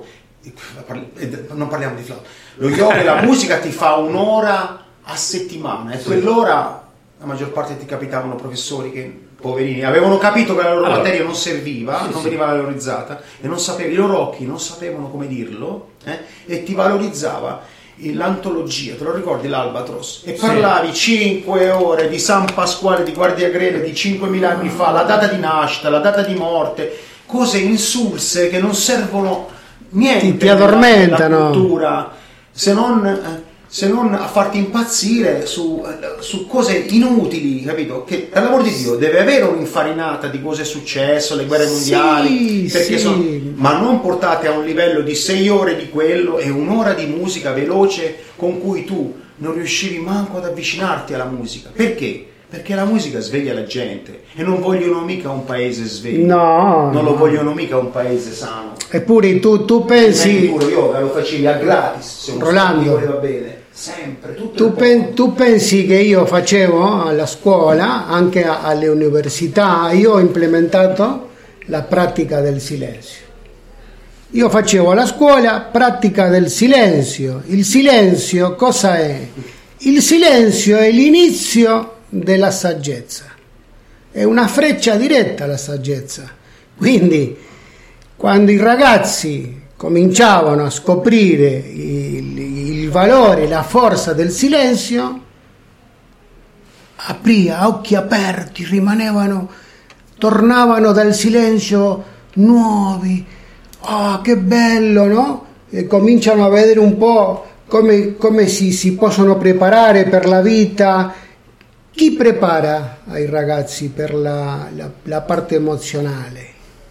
non parliamo di flauto, lo yoga e la musica ti fa un'ora a settimana e quell'ora la maggior parte ti capitavano professori che poverini avevano capito che la loro Allora, materia non serviva, sì, non sì. veniva valorizzata e non sapevano, i loro occhi non sapevano come dirlo, eh, e ti valorizzava l'antologia, te lo ricordi l'Albatros? E parlavi cinque ore di San Pasquale di Guardiagrele di cinquemila anni fa, la data di nascita, la data di morte, cose insulse che non servono niente Ti- ti addormentano. nella cultura, se non eh, se non a farti impazzire su, su cose inutili, capito? Che per l'amor di Dio deve avere un'infarinata di cosa è successo, le guerre mondiali, sì, perché sì. sono, ma non portate a un livello di sei ore di quello e un'ora di musica veloce con cui tu non riuscivi manco ad avvicinarti alla musica. Perché? Perché la musica sveglia la gente e non vogliono mica un paese sveglio, No, non lo no. vogliono mica un paese sano. Eppure tu, tu pensi, Puro yoga lo facevi a gratis, se uno Rolando, studiatore va bene, sempre, tutto tu, il pen- poco. tu pensi che io facevo alla scuola, anche a- alle università, io ho implementato la pratica del silenzio. Io facevo alla scuola pratica del silenzio. Il silenzio cosa è? Il silenzio è l'inizio della saggezza. È una freccia diretta alla saggezza. Quindi, quando i ragazzi cominciavano a scoprire il, il valore, la forza del silenzio, apriva a occhi aperti, rimanevano, tornavano dal silenzio nuovi. Ah, che bello, no? E cominciano a vedere un po' come, come si, si possono preparare per la vita. Chi prepara ai ragazzi per la, la, la parte emozionale?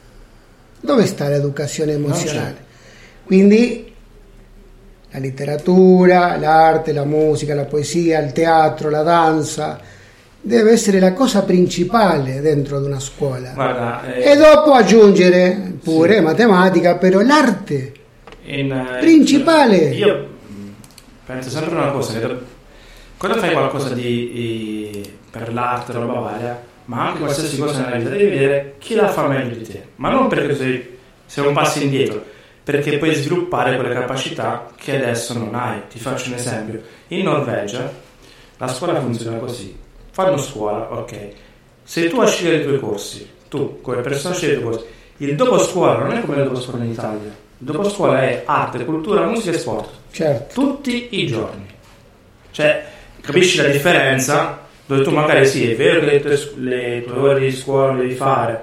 Dove sta l'educazione emozionale? Quindi la letteratura, l'arte, la musica, la poesia, il teatro, la danza deve essere la cosa principale dentro di una scuola. Guarda, eh, E dopo aggiungere pure sì. matematica, però l'arte in, eh, principale. Io penso sempre una cosa, che do- quando fai qualcosa di, di- per l'arte, roba varia, ma anche qualsiasi cosa nella vita, devi vedere chi la fa meglio di te, ma non perché sei, sei un passo indietro, perché puoi sviluppare quelle capacità che adesso non hai. Ti faccio un esempio: in Norvegia la scuola funziona così, fanno scuola, ok, se tu scegli i tuoi corsi, tu come persona scegli i tuoi corsi, il dopo scuola non è come il dopo scuola in Italia, il dopo scuola è arte, cultura, musica e sport, Certo. tutti i giorni. Cioè, capisci la differenza? Dove tu magari sì, è vero che le tue, le tue ore di scuola le devi fare,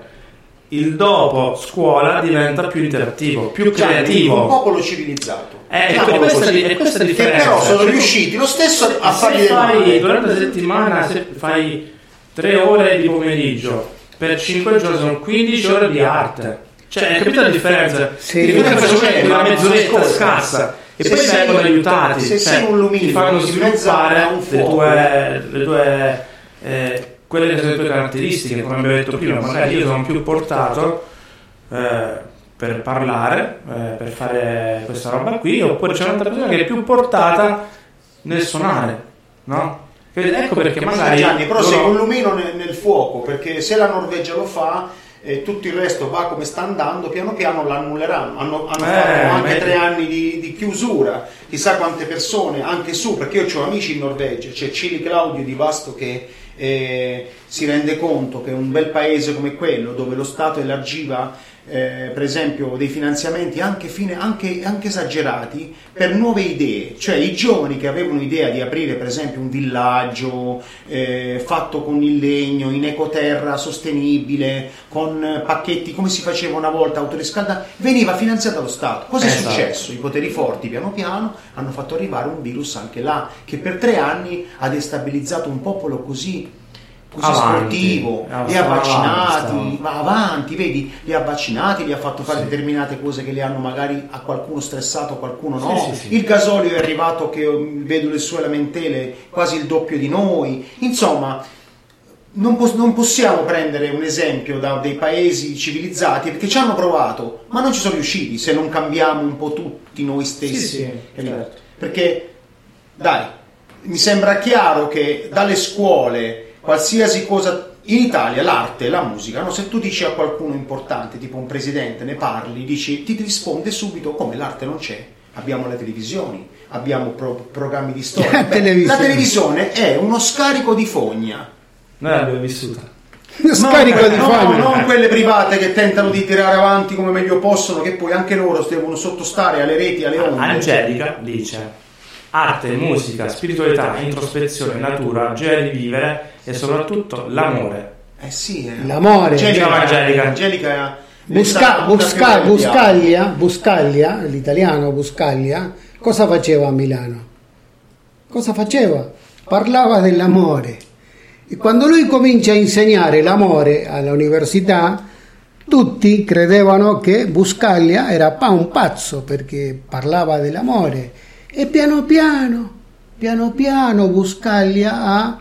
il dopo scuola diventa più interattivo, più Cioè, creativo. un popolo civilizzato. Eh, Chiamalo e questa, così. è questa Che differenza. però sono Cioè, tu- riusciti lo stesso a se fargli del fai male. durante la settimana, se fai tre ore di pomeriggio per cinque giorni, sono quindici ore di arte. Cioè, hai capito la differenza? Sì. Ti dico che faccio Eh, una ma mezz'oretta ascolta, scarsa e se poi sei- vengono aiutati. se cioè, sei un lumino ti fanno in mezzo a sviluppare un le fuoco. tue, le tue eh, quelle che sono le tue caratteristiche, come abbiamo detto prima. Magari io sono più portato eh, per parlare, eh, per fare questa roba qui, oppure c'è un'altra persona che è più portata nel suonare, no? Ecco perché magari Gianni, però loro- sei un lumino nel, nel fuoco, perché se la Norvegia lo fa e tutto il resto va come sta andando, piano piano l'annulleranno. Hanno, hanno Eh, fatto anche ma- tre anni di, di chiusura, chissà quante persone, anche su, perché io ho amici in Norvegia, c'è Cili Claudio di Vasto che eh, si rende conto che un bel paese come quello, dove lo Stato elargiva eh, per esempio dei finanziamenti anche, fine, anche, anche esagerati per nuove idee, cioè i giovani che avevano idea di aprire per esempio un villaggio eh, fatto con il legno, in ecoterra sostenibile, con pacchetti come si faceva una volta, autoriscalda, veniva finanziato dallo Stato. Cosa è Esatto. successo? I poteri forti piano piano hanno fatto arrivare un virus anche là, che per tre anni ha destabilizzato un popolo così così Avanti. sportivo, Ah, li ha stava vaccinati, avanti, va avanti, vedi, li ha vaccinati, li ha fatto fare Sì. determinate cose che li hanno magari a qualcuno stressato, a qualcuno no. Sì, sì, sì. Il gasolio è arrivato che mm, vedo le sue lamentele quasi il doppio di noi. Insomma, non, pos- non possiamo prendere un esempio da dei paesi civilizzati perché ci hanno provato, ma non ci sono riusciti se non cambiamo un po' tutti noi stessi. Sì, sì, capito? certo. Perché, dai, mi sembra chiaro che dalle scuole qualsiasi cosa in Italia, l'arte, la musica, no? Se tu dici a qualcuno importante, tipo un presidente, ne parli, dici, ti risponde subito come l'arte non c'è. Abbiamo le televisioni, abbiamo pro- programmi di storia. Beh, Televisione. la televisione è uno scarico di fogna. Noi l'abbiamo vissuta. Scarico no, di no, foglie. non quelle private che tentano di tirare avanti come meglio possono, che poi anche loro devono sottostare alle reti, alle onde. Angelica dice: arte, musica, spiritualità, introspezione, natura, gioia di vivere e soprattutto l'amore. Eh sì, eh. L'amore. Angelica, Ciao, Angelica. Angelica Busca- Busca- Buscaglia, Buscaglia, l'italiano Buscaglia, cosa faceva a Milano? cosa faceva? Parlava dell'amore. E quando lui comincia a insegnare l'amore all'università, tutti credevano che Buscaglia era un pazzo perché parlava dell'amore. E piano piano, piano piano Buscaglia ha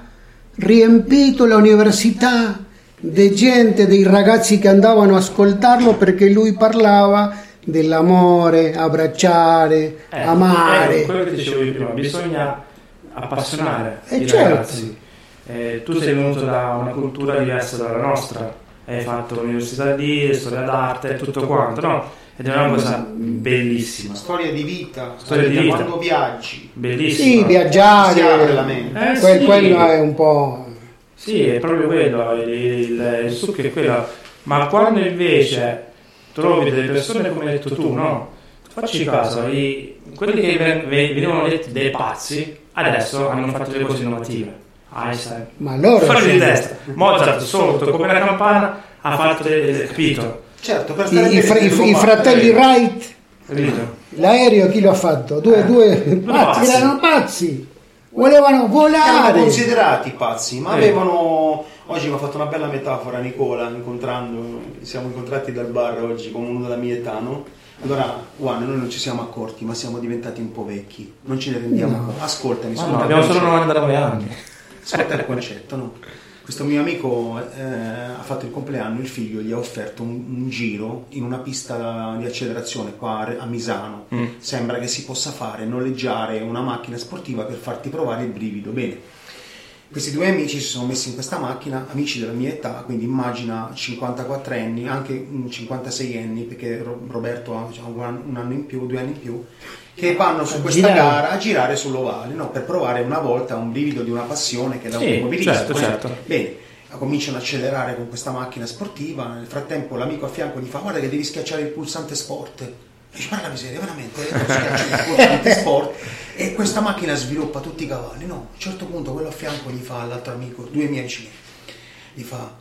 riempito l'università di gente, dei ragazzi che andavano a ascoltarlo perché lui parlava dell'amore, abbracciare, Eh, amare. eh, quello che dicevo io prima, bisogna appassionare Eh, i certo. ragazzi. Eh, tu sei venuto da una cultura diversa dalla nostra, hai fatto l'università lì, storia d'arte, tutto quanto, no? Ed è una cosa bellissima. Storia di vita, Storia di vita. quando viaggi. Bellissima. Sì, Si viaggiare, apre la mente. Eh, quel- sì. quello è un po'... Sì, è proprio quello, il, il, il succo è quello. Ma quando invece trovi delle persone come hai detto tu, no? Facci caso, i, quelli che ven- ven- venivano detti dei pazzi, adesso hanno fatto delle cose innovative. Einstein. Ma loro... Fuori di testa. Mozart sotto, come la campana, ha fatto delle... capito? Certo, per I, stare i bene fra- i- devi i combattere. fratelli Wright, Capito? l'aereo chi l'ha fatto? Due, Eh. due pazzi, pazzi. erano pazzi, volevano Erano volare. considerati pazzi, ma Eh. avevano... Oggi mi ha fatto una bella metafora Nicola, incontrando, siamo incontrati dal bar oggi con uno della mia età, no? Allora, Juan, noi non ci siamo accorti, ma siamo diventati un po' vecchi, non ce ne rendiamo No. conto. Ascoltami, Ma ascolta no, il abbiamo solo concetto. novantanove anni. Ascolta il concetto, no? Questo mio amico eh, ha fatto il compleanno, il figlio gli ha offerto un, un giro in una pista di accelerazione qua a Re- a Misano. Mm. Sembra che si possa fare, noleggiare una macchina sportiva per farti provare il brivido. Bene, questi due amici si sono messi in questa macchina, amici della mia età, quindi immagina cinquantaquattrenni, anche un cinquantaseienni, perché Ro- Roberto ha diciamo, un anno- un anno in più, due anni in più, che vanno su A questa girare. gara a girare sull'ovale, no? Per provare una volta un brivido di una passione che è da Sì, automobilista. certo, no? certo. Bene, cominciano a accelerare con questa macchina sportiva, nel frattempo l'amico a fianco gli fa guarda che devi schiacciare il pulsante sport. E dice parla miseria, veramente? Eh, schiaccio il pulsante sport e questa macchina sviluppa tutti i cavalli. No, a un certo punto quello a fianco gli fa all'altro amico, due miei amici miei, gli fa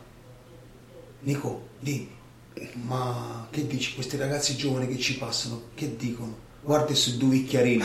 Nico, dimmi, ma che dici, questi ragazzi giovani che ci passano, che dicono? Guarda su due bicchierini.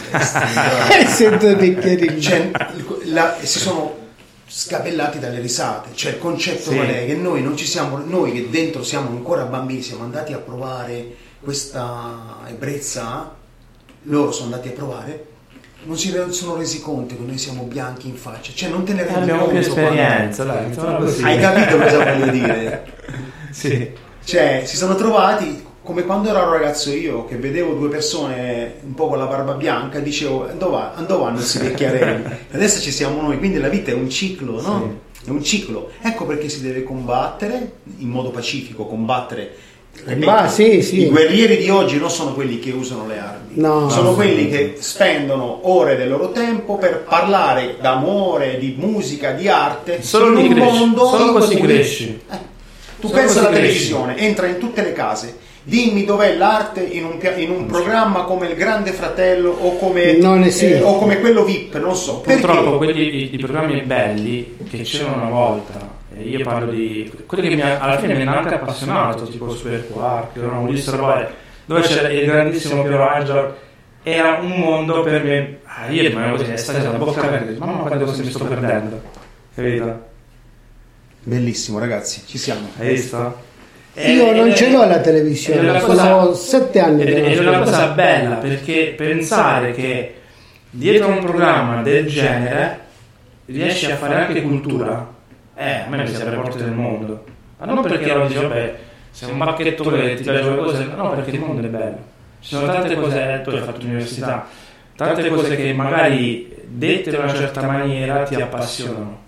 Sento i bicchierini. Cioè, il- la- si sono scapellati dalle risate, cioè il concetto Sì. qual è? Che noi non ci siamo, noi che dentro siamo ancora bambini, siamo andati a provare questa ebbrezza, loro sono andati a provare, non si re- sono resi conto che noi siamo bianchi in faccia, cioè non te ne rendi Abbiamo più conto quando- esperienza, dai, mettiamola così. hai capito cosa voglio dire? Sì. Cioè, si sono trovati come quando ero ragazzo io, che vedevo due persone un po' con la barba bianca, dicevo, dove vanno questi vecchiarelli? Adesso ci siamo noi, quindi la vita è un ciclo, no? È un ciclo. Ecco perché si deve combattere in modo pacifico, combattere. ripeto, Ma sì, sì. I guerrieri di oggi non sono quelli che usano le armi, No. sono No. quelli che spendono ore del loro tempo per parlare d'amore, di musica, di arte, Solo in lì un cresci, mondo solo in così cui- cresci. Eh, tu Solo pensa così alla cresci. televisione, entra in tutte le case. Dimmi dov'è l'arte in un, pia- in un programma come Il Grande Fratello o come, Non esiste. eh, o come quello V I P, non so. Purtroppo Perché? quelli, i, i programmi belli che c'erano una volta, e io parlo di quelli che mi, ha- alla fine mi hanno anche appassionato, tipo Super Quark, no? Ulisse Robai, dove c'era il grandissimo Piero Angelo, era un mondo per me. Ah, io rimanevo così, è stata la bocca aperta, mamma quante cose mi sto perdendo, capito? Bellissimo ragazzi, ci siamo. Hai visto? Io non ce l'ho la televisione, ed è una sono cosa- sette anni ed che non ed è ce una l'ho. cosa bella perché pensare che dietro a un programma del genere riesci a fare anche cultura, eh, a me mi si apre le porte del mondo. Ma non perché uno dice, vabbè, sei un bacchetto che ti piacciono le cose, no, perché il mondo è bello. Ci sono tante cose, tu hai fatto l'università, tante cose che magari dette in una certa maniera ti appassionano.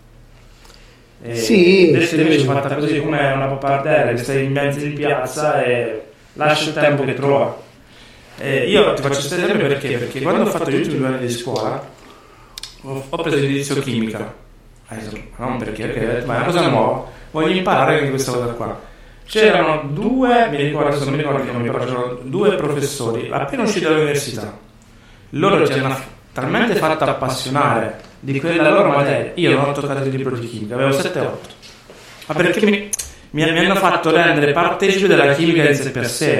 E Sì, dette sì. invece fatta così come una pappardella che stai in mezzo in piazza e lascia il tempo che trova. Eh, io ti faccio questo esempio perché? Perché quando ho fatto gli ultimi due anni di scuola ho, ho preso l'inizio chimica. Eh, non perché, perché ho detto, ma è una cosa nuova, voglio imparare anche questa cosa qua. C'erano due, mi ricordo, adesso non mi ricordo i nomi, però c'erano due professori appena usciti dall'università. Loro ci hanno talmente fatto appassionare di quella loro materia. Io non ho toccato il libro di chimica, avevo sette otto. Ma perché mi, mi, mi hanno fatto rendere partecipe della chimica in sé per sé.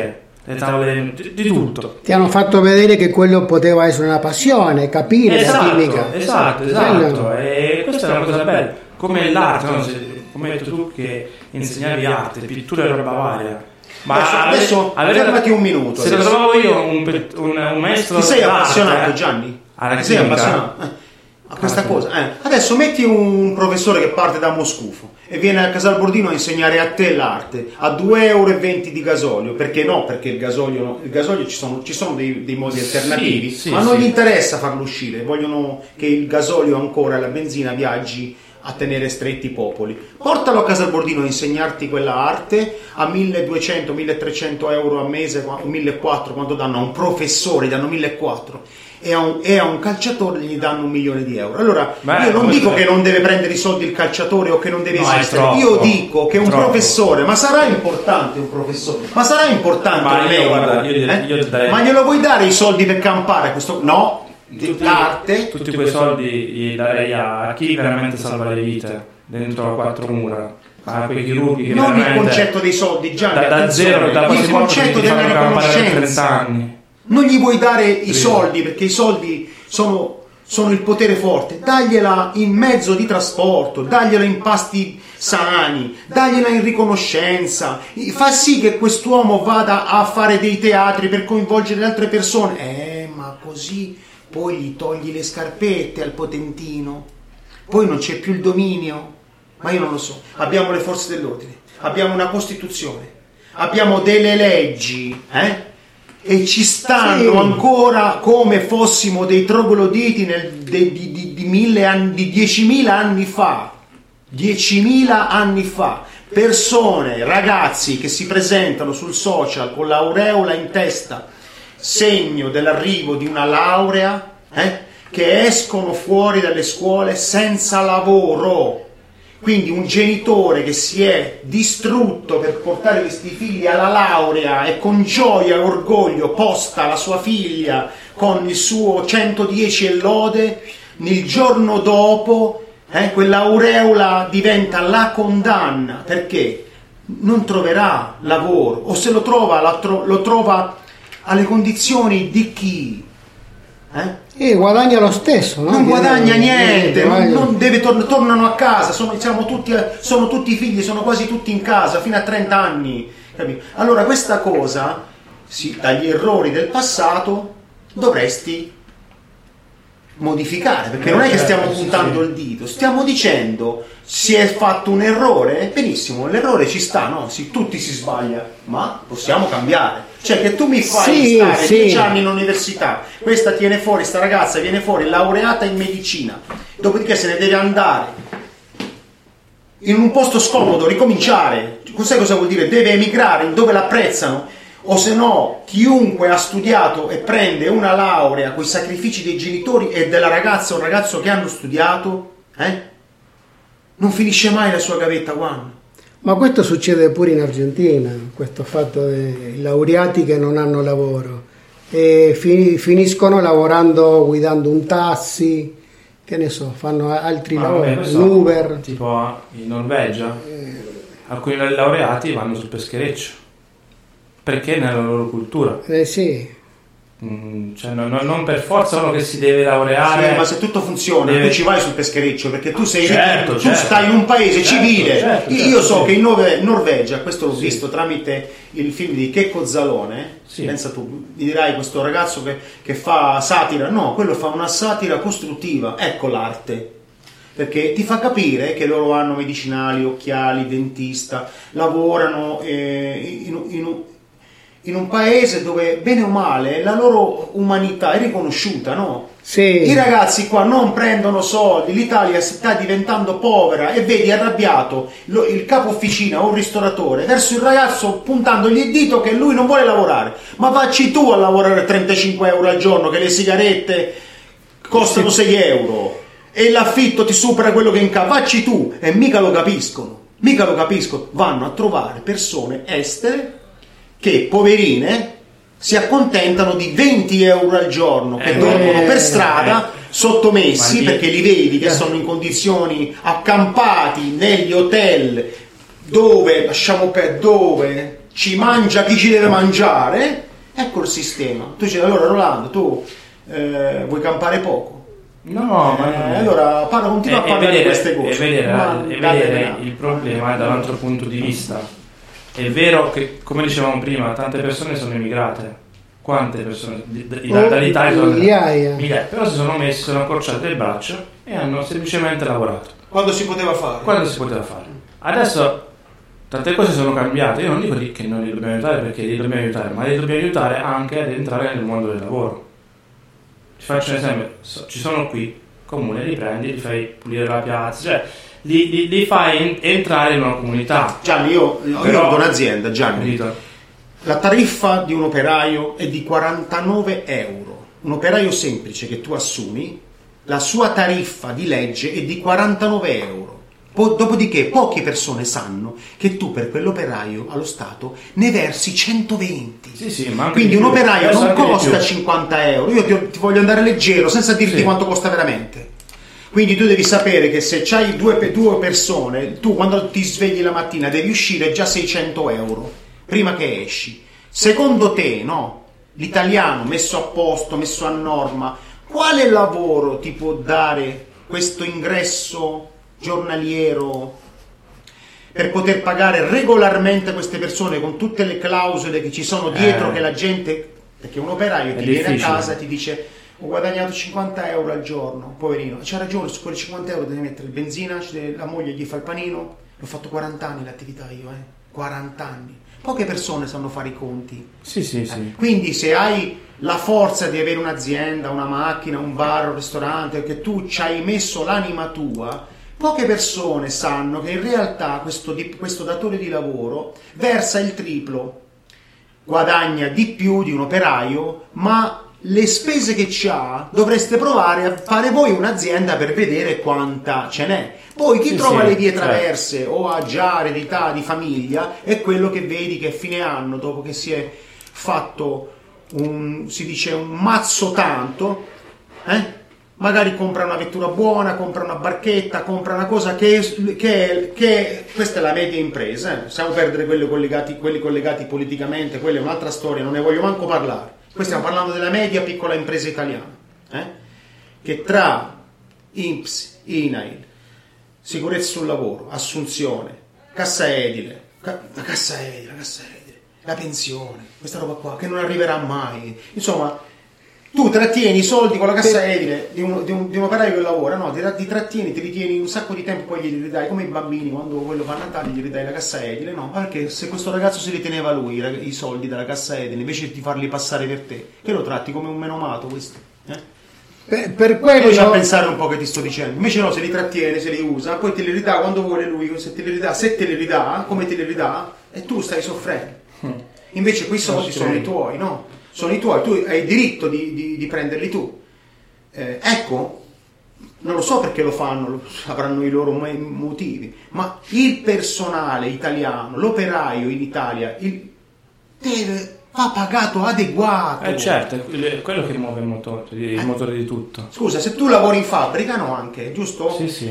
le tavole, di, di tutto. Ti hanno fatto vedere che quello poteva essere una passione, capire Esatto, la chimica. esatto, esatto. E questa è una cosa bella. Come l'arte, no? Se- come hai detto tu che insegnavi arte, pittura e roba varia. Ma adesso avere- fermati un minuto. Se lo adesso. trovavo io un, pe- un, un maestro Ti sei d'arte, appassionato, eh, Gianni? alla Ti sei chimica? appassionato? Eh, a questa Ah, sì. cosa. Eh. Adesso metti un professore che parte da Moscufo e viene a Casalbordino a insegnare a te l'arte a due euro e venti di gasolio. Perché no? Perché il gasolio, no? Il gasolio ci sono, ci sono dei, dei modi alternativi, sì, ma non sì. gli interessa farlo uscire. Vogliono che il gasolio ancora e la benzina viaggi a tenere stretti i popoli. Portalo a Casalbordino a insegnarti quella arte a milleduecento milletrecento euro a mese, o millequattrocento quando danno a un professore, gli danno millequattrocento, e a un, e a un calciatore gli danno un milione di euro. Allora Beh, io non questo dico è- che non deve prendere i soldi il calciatore o che non deve No, è esistere, troppo. io dico che un Troppo. professore, ma sarà importante un professore, ma sarà importante Ma un io, medico, guarda, io direi- eh? io darei- ma glielo vuoi dare i soldi per campare questo? No, Tutti- l'arte. tutti quei soldi li darei a chi veramente salva le vite dentro a quattro mura, a quei chirurghi che Non il veramente concetto dei soldi, Gianni, da, da attenzione. zero, da quasi il morto concetto ti fanno della campare per riconoscenza. trenta anni. Non gli vuoi dare i Sì. soldi perché i soldi sono, sono il potere forte, dagliela in mezzo di trasporto, dagliela in pasti sani, dagliela in riconoscenza, fa sì che quest'uomo vada a fare dei teatri per coinvolgere le altre persone. Eh, ma così poi gli togli le scarpette al potentino, poi non c'è più il dominio. Ma io non lo so. Abbiamo le forze dell'ordine, abbiamo una Costituzione, abbiamo delle leggi, eh? E ci stanno Sì. ancora come fossimo dei trogloditi nel, de- di, di, di mille anni, di diecimila anni fa. diecimila anni fa. Persone, ragazzi che si presentano sul social con l'aureola in testa, segno dell'arrivo di una laurea, eh? Che escono fuori dalle scuole senza lavoro. Quindi un genitore che si è distrutto per portare questi figli alla laurea e con gioia e orgoglio posta la sua figlia con il suo centodieci e lode, il giorno dopo eh, quell'aureola diventa la condanna, perché non troverà lavoro, o se lo trova, la tro- lo trova alle condizioni di chi? Eh? E guadagna lo stesso, no? Non guadagna Eh, niente, eh, non, guadagna. non deve tor- tornano a casa, sono, siamo tutti, sono tutti figli, sono quasi tutti in casa fino a trenta anni. Capito? Allora questa cosa, sì, dagli errori del passato, dovresti modificare, perché Eh, non è che certo, stiamo sì, puntando sì. il dito, stiamo dicendo si è fatto un errore, benissimo, l'errore ci sta, no? Sì, tutti si sbaglia, ma possiamo cambiare. Cioè che tu mi fai Sì, stare sì. dieci anni in università, questa tiene fuori, sta ragazza viene fuori laureata in medicina, dopodiché se ne deve andare in un posto scomodo, ricominciare. Sai cosa vuol dire? Deve emigrare dove l'apprezzano, o se no chiunque ha studiato e prende una laurea con i sacrifici dei genitori e della ragazza o ragazzo che hanno studiato, eh? Non finisce mai la sua gavetta, guarda. Ma questo succede pure in Argentina, questo fatto dei laureati che non hanno lavoro e fi- finiscono lavorando guidando un taxi, che ne so, fanno altri Ah, lavori, vabbè, lo so, un Uber. tipo in Norvegia alcuni laureati vanno sul peschereccio perché è nella loro cultura. Eh sì, Mm, cioè, non, non- non per forza uno che si deve laureare. Sì, ma se tutto funziona, deve- tu ci vai sul peschereccio perché tu sei Certo, tu certo. stai in un paese Certo, civile. certo, Io certo, so sì. che in Nove- Norvegia, questo l'ho Sì. visto tramite il film di Checco Zalone. Sì. Pensa tu, mi dirai questo ragazzo che, che fa satira. No, quello fa una satira costruttiva. Ecco l'arte. Perché ti fa capire che loro hanno medicinali, occhiali, dentista, lavorano eh, in, in- in un paese dove, bene o male, la loro umanità è riconosciuta, no? sì. I ragazzi qua non prendono soldi, l'Italia sta diventando povera e vedi arrabbiato lo- il capo officina o un ristoratore verso il ragazzo puntandogli il dito che lui non vuole lavorare. Ma vacci tu a lavorare trentacinque euro al giorno, che le sigarette costano sei euro e l'affitto ti supera quello che incava. Vacci tu, e mica lo capiscono, mica lo capiscono. Vanno a trovare persone estere che, poverine, si accontentano di venti euro al giorno, che Eh, dormono eh, per strada, eh. sottomessi, Ma lì- perché li vedi che Eh. sono in condizioni accampati negli hotel dove, lasciamo per dove ci mangia chi ci deve mangiare. Ecco il sistema. Tu dici, allora Rolando, tu eh, vuoi campare poco? No, Eh, ma non è- allora parla, continua a e- e parlare di vedere- queste cose. E vedere, Ma e date vedere pena. il problema da un altro punto di vista. È vero che, come dicevamo prima, tante persone sono emigrate. Quante persone di- di- da- Oh, dall'Italia sono migliaia. migliaia, però si sono messi, sono accorciate il braccio e hanno semplicemente lavorato Quando si poteva fare? quando si poteva fare. Adesso tante cose sono cambiate. Io non dico di- che non li dobbiamo aiutare, perché li dobbiamo aiutare, ma li dobbiamo aiutare anche ad entrare nel mondo del lavoro. Ti faccio un esempio: So- ci sono qui comune, li prendi, li fai pulire la piazza, cioè li, li- li fai en- entrare in una comunità. Gianni, io, io Però- ho un'azienda, Gianni. Capito? La tariffa di un operaio è di quarantanove euro. Un operaio semplice che tu assumi, la sua tariffa di legge è di quarantanove euro. Po- dopodiché poche persone sanno che tu per quell'operaio allo Stato ne versi centoventi. Sì, sì, ma anche Quindi di un più. operaio Adesso non anche di costa più. cinquanta euro. Io ti, ti voglio andare leggero senza dirti Sì. quanto costa veramente. Quindi tu devi sapere che se c'hai due, pe- due persone, tu quando ti svegli la mattina devi uscire già seicento euro prima che esci. Secondo te, no? L'italiano messo a posto, messo a norma, quale lavoro ti può dare questo ingresso giornaliero per poter pagare regolarmente queste persone con tutte le clausole che ci sono dietro, Eh. che la gente, perché un operaio È ti viene a difficile. casa e ti dice ho guadagnato cinquanta euro al giorno, poverino, c'ha ragione, su quei cinquanta euro devi mettere il benzina, ci deve- la moglie gli fa il panino. L'ho fatto quaranta anni l'attività io, eh? quaranta anni. Poche persone sanno fare i conti. Sì, sì, sì. Quindi se hai la forza di avere un'azienda, una macchina, un bar, un ristorante, che tu ci hai messo l'anima tua, poche persone sanno che in realtà questo, di- questo datore di lavoro versa il triplo, guadagna di più di un operaio, ma le spese che c'ha dovreste provare a fare voi un'azienda per vedere quanta ce n'è. Poi chi Sì, trova sì, le vie certo. traverse o ha già eredità di famiglia è quello che vedi che a fine anno, dopo che si è fatto un, si dice un mazzo tanto, eh? Magari compra una vettura buona, compra una barchetta, compra una cosa che, che, che questa è la media impresa, eh? Possiamo perdere quelli collegati, quelli collegati politicamente, quella è un'altra storia, non ne voglio manco parlare. Qui stiamo parlando della media piccola impresa italiana, eh? Che tra I N P S, I N A I L, sicurezza sul lavoro, assunzione, cassa edile, ca- la cassa edile, la cassa edile, la pensione, questa roba qua che non arriverà mai. Insomma, tu trattieni i soldi con la cassa edile di un, di un, di un operaio che lavora, no? Ti, ti trattieni, ti ritieni un sacco di tempo, poi glieli ridai come i bambini quando quello fa a Natale, gli ridai la cassa edile, no? Perché se questo ragazzo si riteneva lui i rag- i soldi dalla cassa edile invece di farli passare per te, che lo tratti come un menomato questo? Eh? Per, per Provaci a quello, pensare un po' che ti sto dicendo. Invece no, se li trattiene, se li usa, poi te li ridà quando vuole lui, se te li ridà, se te li ridà, come te li ridà, e tu stai soffrendo. Invece quei soldi sono i tuoi, no? Sono i tuoi, tu hai il diritto di, di, di prenderli tu. Eh, ecco, non lo so perché lo fanno, lo- avranno i loro mo- motivi, ma il personale italiano, l'operaio in Italia, il, deve, va pagato adeguato. Eh certo, è quello- è quello che muove il motore, il motore di tutto. Scusa, se tu lavori in fabbrica, no, anche, giusto? Sì, sì.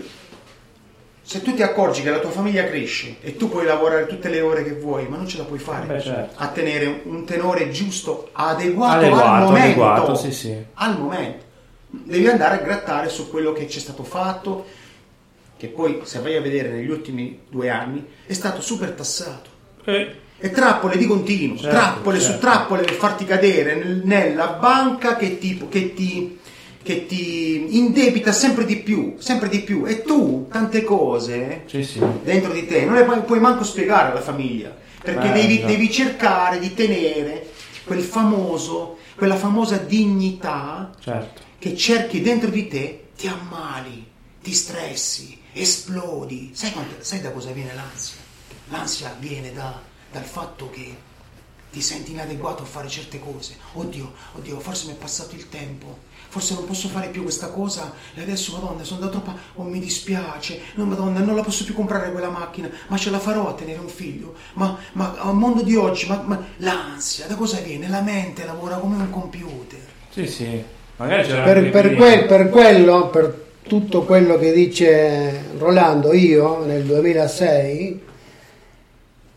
Se tu ti accorgi che la tua famiglia cresce e tu puoi lavorare tutte le ore che vuoi, ma non ce la puoi fare Beh, certo. a tenere un tenore giusto, adeguato, al Adeguato, momento, adeguato, sì, sì. al momento. Devi andare a grattare su quello che c'è stato fatto, che poi, se vai a vedere negli ultimi due anni, è stato super tassato. Eh, E trappole di continuo, Certo, trappole su certo. trappole per farti cadere nel- nella banca che ti, che ti che ti indebita sempre di più, sempre di più, e tu tante cose sì, sì. dentro di te non le puoi, puoi manco spiegare alla famiglia, perché Eh, devi, già. devi cercare di tenere quel famoso, quella famosa dignità Certo. che cerchi dentro di te, ti ammali, ti stressi, esplodi. Sai, quanto- sai da cosa viene l'ansia? L'ansia viene da, dal fatto che ti senti inadeguato a fare certe cose. Oddio, oddio, forse mi è passato il tempo, forse non posso fare più questa cosa e adesso, madonna, sono da troppa, oh, mi dispiace, no, madonna, non la posso più comprare quella macchina, ma ce la farò a tenere un figlio, ma, ma al mondo di oggi, ma, ma l'ansia, da cosa viene? La mente lavora come un computer. Sì, sì. Magari c'era per, anche per prima. quel- per quello, per tutto quello che dice Rolando, io nel duemilasei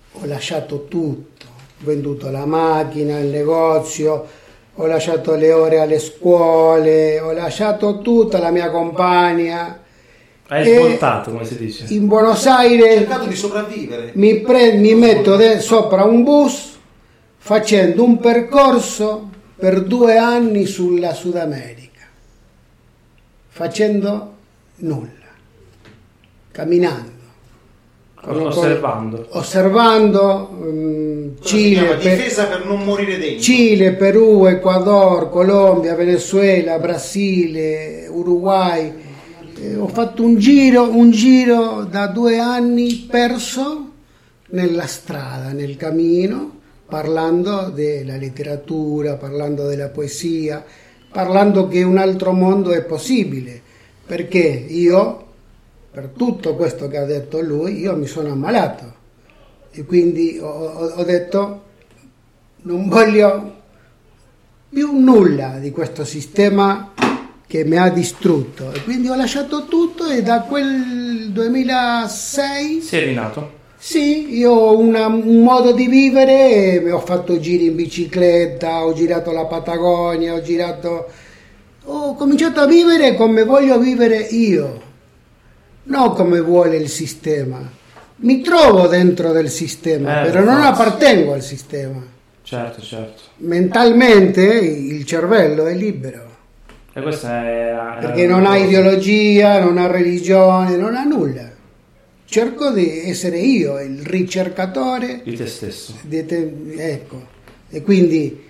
ho lasciato tutto, ho venduto la macchina, il negozio, ho lasciato le ore alle scuole, ho lasciato tutta la mia compagna. Hai E svoltato, come si dice. in Buenos Ho Aires cercato di sopravvivere. mi, pre- mi metto de- sopra un bus facendo un percorso per due anni sulla Sud America, facendo nulla, camminando, Con- Osservando. osservando mm, Cosa si chiama? Cile, Pe- Difesa per non morire dentro. Cile, Perù, Ecuador, Colombia, Venezuela, Brasile, Uruguay. Eh, ho fatto un giro, un giro da due anni perso nella strada, nel cammino, parlando della letteratura, parlando della poesia, parlando che un altro mondo è possibile, perché io, per tutto questo che ha detto lui, io mi sono ammalato e quindi ho, ho- ho detto non voglio più nulla di questo sistema che mi ha distrutto e quindi ho lasciato tutto e da quel duemilasei Si è rinato. sì, io ho una- un modo di vivere, e ho fatto giri in bicicletta, ho girato la Patagonia, ho girato... Ho cominciato a vivere come voglio vivere io, non come vuole il sistema. Mi trovo dentro del sistema, Eh, però non infatti. appartengo al sistema. Certo, certo. Mentalmente il cervello è libero, E questa è... è perché una non ha cosa. ideologia, non ha religione, non ha nulla. Cerco di essere io il ricercatore Di te stesso. di te- ecco, e quindi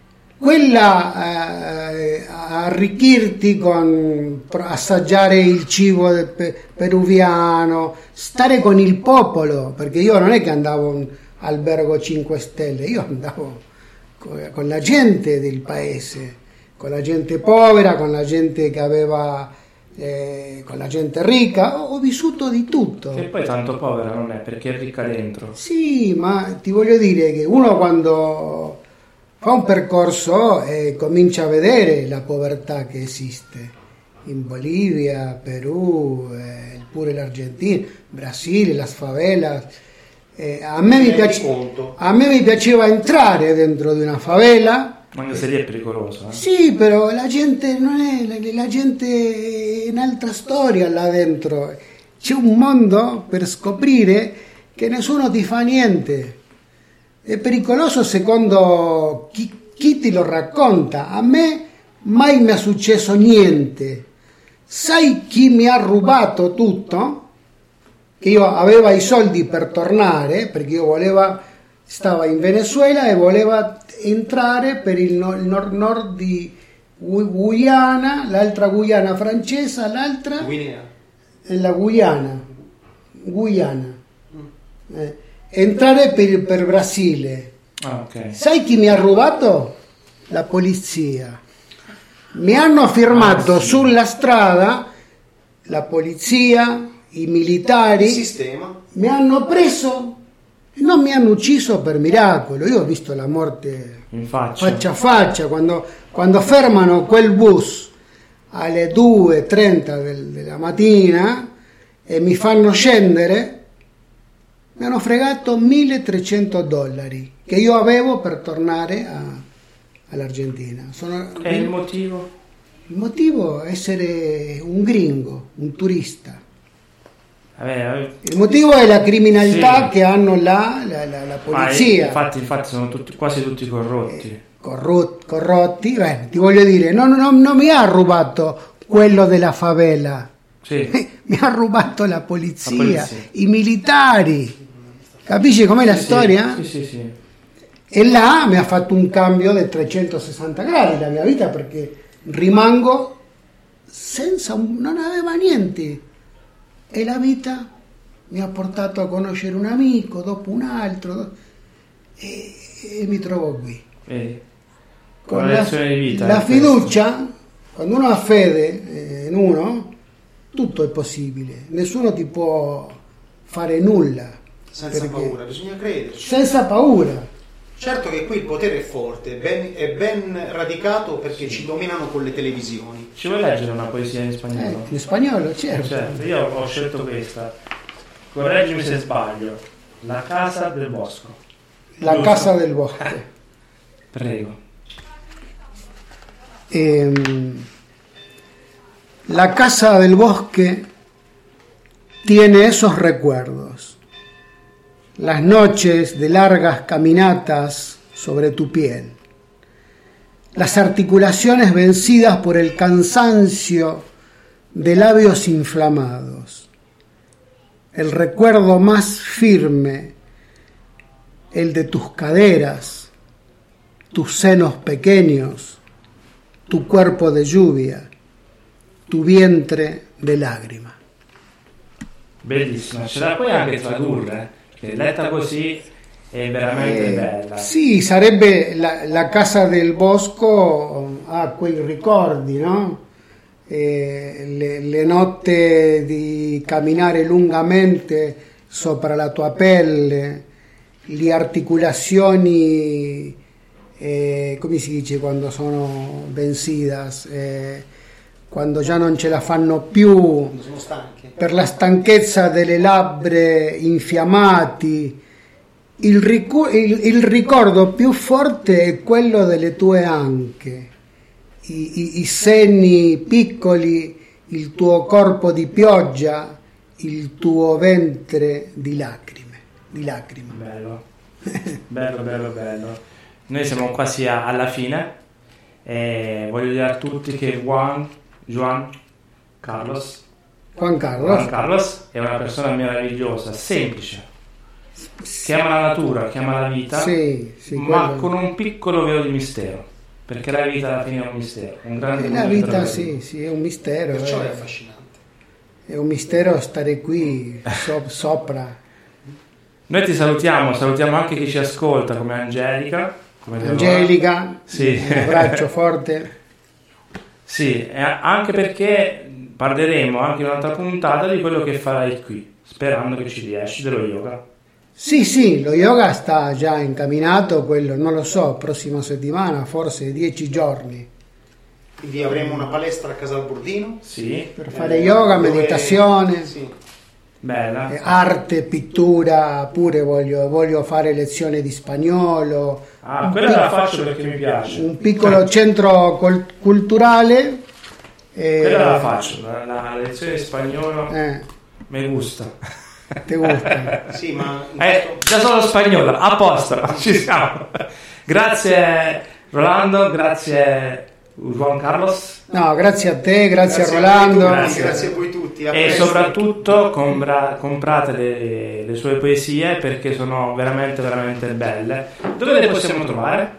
quella eh, arricchirti con pro- assaggiare il cibo de- pe- peruviano, stare con il popolo, perché io non è che andavo in albergo cinque stelle, io andavo co- con la gente del paese, con la gente povera, con la gente che aveva eh, con la gente ricca, ho, ho vissuto di tutto. Che poi tanto povera non è, perché è ricca dentro. Sì, ma ti voglio dire che uno quando fa un percorso e comincia a vedere la povertà che esiste in Bolivia, Perù, eh, pure l'Argentina, Brasile, las favelas. Eh, a, me mi Rendi piace- conto? a me mi piaceva entrare dentro di una favela. Anche se lì è pericoloso. Eh? Sì, però la gente non è, la, la gente è un'altra storia là dentro. C'è un mondo per scoprire che nessuno ti fa niente. È pericoloso secondo chi, chi ti lo racconta. A me mai mi è successo niente. Sai chi mi ha rubato tutto? Che io avevo i soldi per tornare, perché io voleva, stava in Venezuela e voleva entrare per il no- il nord-nord di Gu- Guyana, l'altra Guyana francese, l'altra Guinea. è la Guyana. Guyana. Eh, entrare per, per Brasile. Ah, ok. Sai chi mi ha rubato? La polizia. Mi hanno fermato Ah, sì. sulla strada la polizia, i Il militari, sistema. mi hanno preso e non mi hanno ucciso per miracolo. Io ho visto la morte In faccia. faccia a faccia quando, quando fermano quel bus alle due e trenta del- della mattina e mi fanno scendere. Mi hanno fregato milletrecento dollari che io avevo per tornare a- all'Argentina. Sono- E il motivo? il motivo è essere un gringo, un turista. Vabbè, Il motivo è la criminalità Sì. che hanno là la, la- la ma polizia. infatti, infatti sono tutti, quasi tutti corrotti. Corrot- corrotti, beh, ti voglio dire, non, non- non mi ha rubato quello della favela, Sì. mi ha rubato la polizia, La polizia. i militari. Capisci com'è la Sì, storia? Sì, sì, sì. E là mi ha fatto un cambio di trecentosessanta gradi la mia vita, perché rimango senza, un- non aveva niente, e la vita mi ha portato a conoscere un amico, dopo un altro, e, e mi trovo qui. Vedi? Con Una la, lezione di vita. la è fiducia, quando uno ha fede eh, in uno, tutto è possibile, nessuno ti può fare nulla. Senza perché- paura, bisogna crederci. Senza paura. Certo che qui il potere è forte, è ben, è ben radicato perché ci dominano con le televisioni. Ci vuoi leggere una poesia in Eh, spagnolo? in spagnolo, certo. Certo, io ho scelto questa. Correggimi se sbaglio. La casa del bosco. La Giusto? casa del bosque. Prego. Em, la casa del bosque tiene esos recuerdos. Las noches de largas caminatas sobre tu piel. Las articulaciones vencidas por el cansancio de labios inflamados. El recuerdo más firme, el de tus caderas, tus senos pequeños, tu cuerpo de lluvia, tu vientre de lágrima. Bellissima, ce la puoi anche tradurre? Che letta così è veramente Eh, bella. sì, sarebbe la, la casa del bosco, ha quei ricordi, no? Eh, le, le notte di camminare lungamente sopra la tua pelle, le articolazioni, eh, come si dice quando sono vencidas, eh, quando già non ce la fanno più, Sono stanchi. per la stanchezza delle labbra infiammati. Il, ricu- il- il ricordo più forte è quello delle tue anche, I, i- i seni piccoli, il tuo corpo di pioggia, il tuo ventre di lacrime, di lacrime. Bello, bello, bello, bello. Noi siamo quasi a- alla fine e voglio dire a tutti che Juan, Juan Carlos, Juan Carlos, Juan Carlos è una persona meravigliosa, semplice, che ama la natura, che ama la vita, sì, sì, ma quello- con un piccolo velo di mistero, perché la vita alla fine è un mistero, un grande E la mistero vita per sì, lui. sì, è un mistero, Perciò è è, affascinante. è un mistero stare qui so- sopra. Noi ti salutiamo, salutiamo anche chi ci ascolta come Angelica. Come Angelica, Sì. un abbraccio forte. Sì, e anche perché parleremo anche in un'altra puntata di quello che farai qui, sperando che ci riesci dello yoga. Sì, sì, lo yoga sta già incamminato, quello non lo so, prossima settimana, forse dieci giorni, Quindi avremo una palestra a Casal Burdino. Sì, per fare yoga, dove- meditazione, Sì. bella. eh, arte, pittura, pure voglio, voglio fare lezioni di spagnolo, Ah, quella la faccio perché mi piace. un piccolo centro col- culturale. eh, Quella la faccio, la, la lezione di spagnolo eh, mi gusta. te gusta? Sì, ma in Eh, questo- già solo spagnolo, a posto, ci siamo. Grazie Rolando, grazie Juan Carlos. No, grazie a te, grazie, a voi Rolando. tutti, Grazie. grazie a voi tutti. A E presto. soprattutto compra- comprate le, le sue poesie perché sono veramente veramente belle. Dove le possiamo trovare?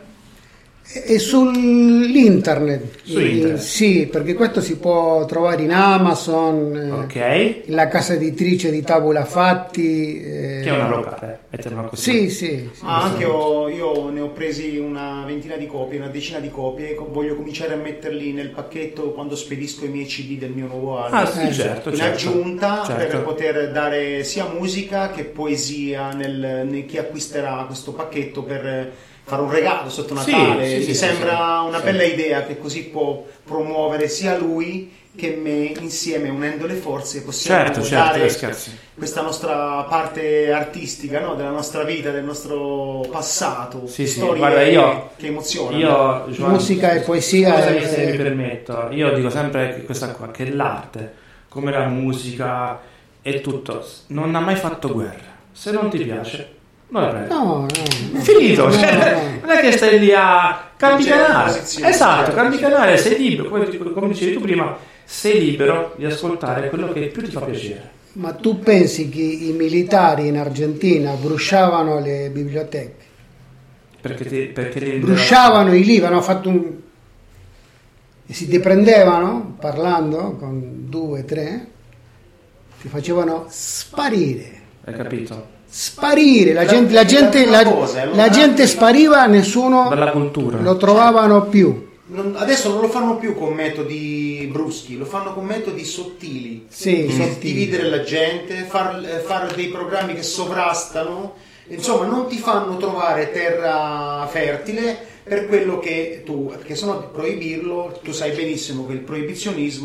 E sull'internet. Su internet. Eh, sì, perché questo si può trovare in Amazon, eh, Ok, la casa editrice di Tabula Fatti. eh, che è una locale, mettiamola così. Sì, sì. sì. Ah, anche ho- io ne ho presi una ventina di copie, una decina di copie. co- Voglio cominciare a metterli nel pacchetto quando spedisco i miei C D del mio nuovo album. Ah, sì, Eh, certo, in certo. aggiunta Certo. per poter dare sia musica che poesia nel, nel chi acquisterà questo pacchetto per fare un regalo sotto Sì, Natale. sì, sì, Mi sì, sembra sì. una Sì. bella idea che così può promuovere sia lui che me insieme, unendo le forze possiamo Certo, certo, dare scherzi. questa nostra parte artistica, no? Della nostra vita, del nostro passato, Sì, sì, storie guarda, io- che emozionano. Io, Joan, Musica e poesia, scusami eh, se mi permetto, io dico sempre che questa qua, che l'arte, come la musica e tutto, non ha mai fatto guerra. Se non ti piace, non la prendi. No, no, no. Finito, No, cioè, no. non è che stai lì a cambi Non c'è canale. opposizione. Esatto, cambi canale, sei libero, come, come dicevi tu prima, sei libero di ascoltare quello che più ti fa piacere. Ma tu pensi che i militari in Argentina bruciavano le biblioteche? Perché ti, perché ti Bruciavano i libri, hanno fatto un... e si ti prendevano, parlando con due, tre, ti facevano sparire. Hai capito? Sparire, la gente, la gente, la, la gente spariva, nessuno Dalla cultura. lo trovavano più. Non- adesso non lo fanno più con metodi bruschi, lo fanno con metodi sottili. Sì, Di sottili. dividere la gente, far, eh, fare dei programmi che sovrastano, insomma non ti fanno trovare terra fertile per quello che tu, perché sennò di proibirlo, tu sai benissimo che il proibizionismo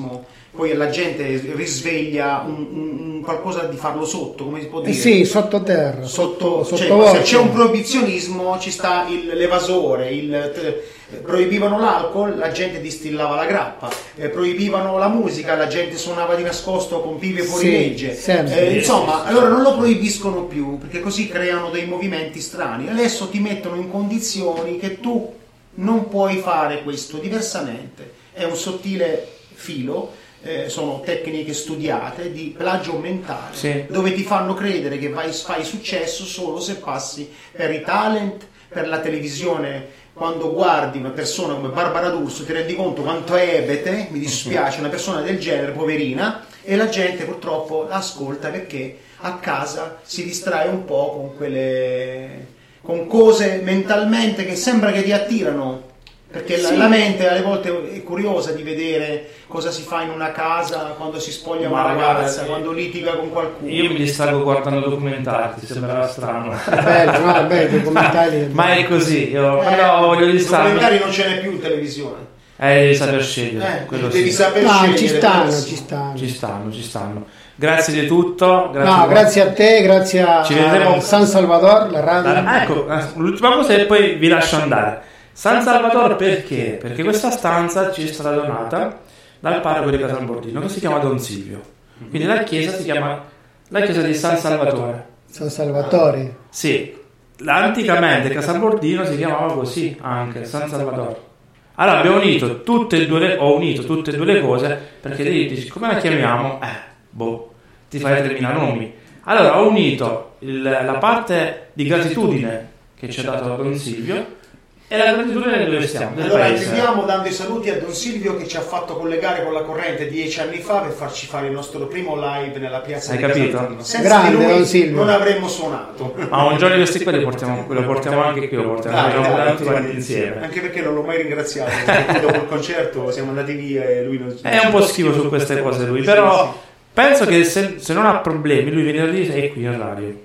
poi la gente risveglia un, un- un qualcosa di farlo sotto, come si può Eh dire? sì, sottoterra, Sotto, sotto, cioè, sottovoce. se c'è un proibizionismo ci sta il- l'evasore, il, proibivano l'alcol, la gente distillava la grappa, eh, proibivano la musica, la gente suonava di nascosto con pive fuori Sì, legge. sempre. Eh, insomma, allora non lo proibiscono più perché così creano dei movimenti strani. Adesso ti mettono in condizioni che tu non puoi fare questo diversamente. È un sottile filo. Eh, sono tecniche studiate di plagio mentale, Sì. dove ti fanno credere che vai, fai successo solo se passi per i talent, per la televisione. Quando guardi una persona come Barbara D'Urso ti rendi conto quanto è ebete, mi dispiace, una persona del genere, poverina, e la gente purtroppo la ascolta perché a casa si distrae un po' con quelle con cose mentalmente che sembra che ti attirano. Perché la, Sì. la mente alle volte è curiosa di vedere cosa si fa in una casa quando si spoglia Ma una guarda, ragazza, eh, quando litiga con qualcuno. Io mi distrago guardando documentari, ti sembrava strano. È bello, no? È bello, i documentari. Ma è così, io Eh, quando voglio i distrarmi, documentari non ce n'è più in televisione. eh, devi saper scegliere, Eh, quello devi sì. saper No, scegliere. ci stanno, quello sì. ci stanno. Ci stanno, ci stanno. Grazie di tutto. Grazie No, a voi. grazie a te, grazie a Ci vedremo- San Salvador, la radio. Ah, ecco, eh, l'ultima cosa e poi vi lascio andare. San Salvatore perché? Perché questa stanza ci è stata donata dal parroco di Casalbordino che si chiama Don Silvio. Quindi la chiesa si chiama la chiesa di San Salvatore. San Salvatore. Sì, anticamente Casalbordino si chiamava così anche, San Salvatore. Allora abbiamo unito tutte e due le, ho unito tutte e due le cose perché lì dici come la chiamiamo? Eh, boh, ti fai tremila nomi. Allora ho unito il- la parte di gratitudine che ci ha dato Don Silvio e la gratitudine dove stiamo, del Allora paese. chiudiamo dando i saluti a Don Silvio che ci ha fatto collegare con la corrente dieci anni fa per farci fare il nostro primo live nella piazza Hai di capito? Casalbordino. Senza Grande, di Don lui Silvio. non avremmo suonato. Ma un giorno di questi qua li portiamo, lo portiamo anche qui, lo portiamo Dai, lo portiamo dai, tutti quanti insieme. Anche perché non l'ho mai ringraziato, perché dopo il concerto siamo andati via e lui non È un po' schifo su queste cose lui, Sì, però sì. penso che se, se non ha problemi lui viene lì e è qui in radio.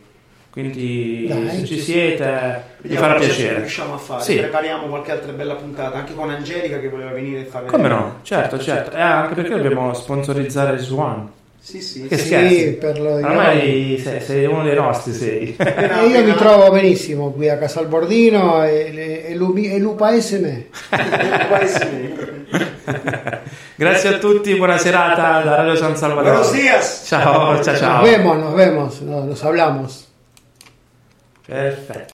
Quindi Dai. se ci siete mi Vediamo farà cosa piacere. riusciamo a fare. Sì. Prepariamo qualche altra bella puntata anche con Angelica che voleva venire e fare. Come no? Certo, certo. E anche perché dobbiamo sponsorizzare Swan. Sì, sì. Che sì. scherzi. per lo- Ormai sei, sei uno dei nostri, sei. Appena- E io mi appena- trovo benissimo qui a Casalbordino e, e, e, Lupi- e Lupa S M. Grazie a tutti, buona serata da Radio San Salvador. Buenos días. Ciao, ciao, ciao. Nos vemos, nos vemos, nos, nos hablamos. Perfetto.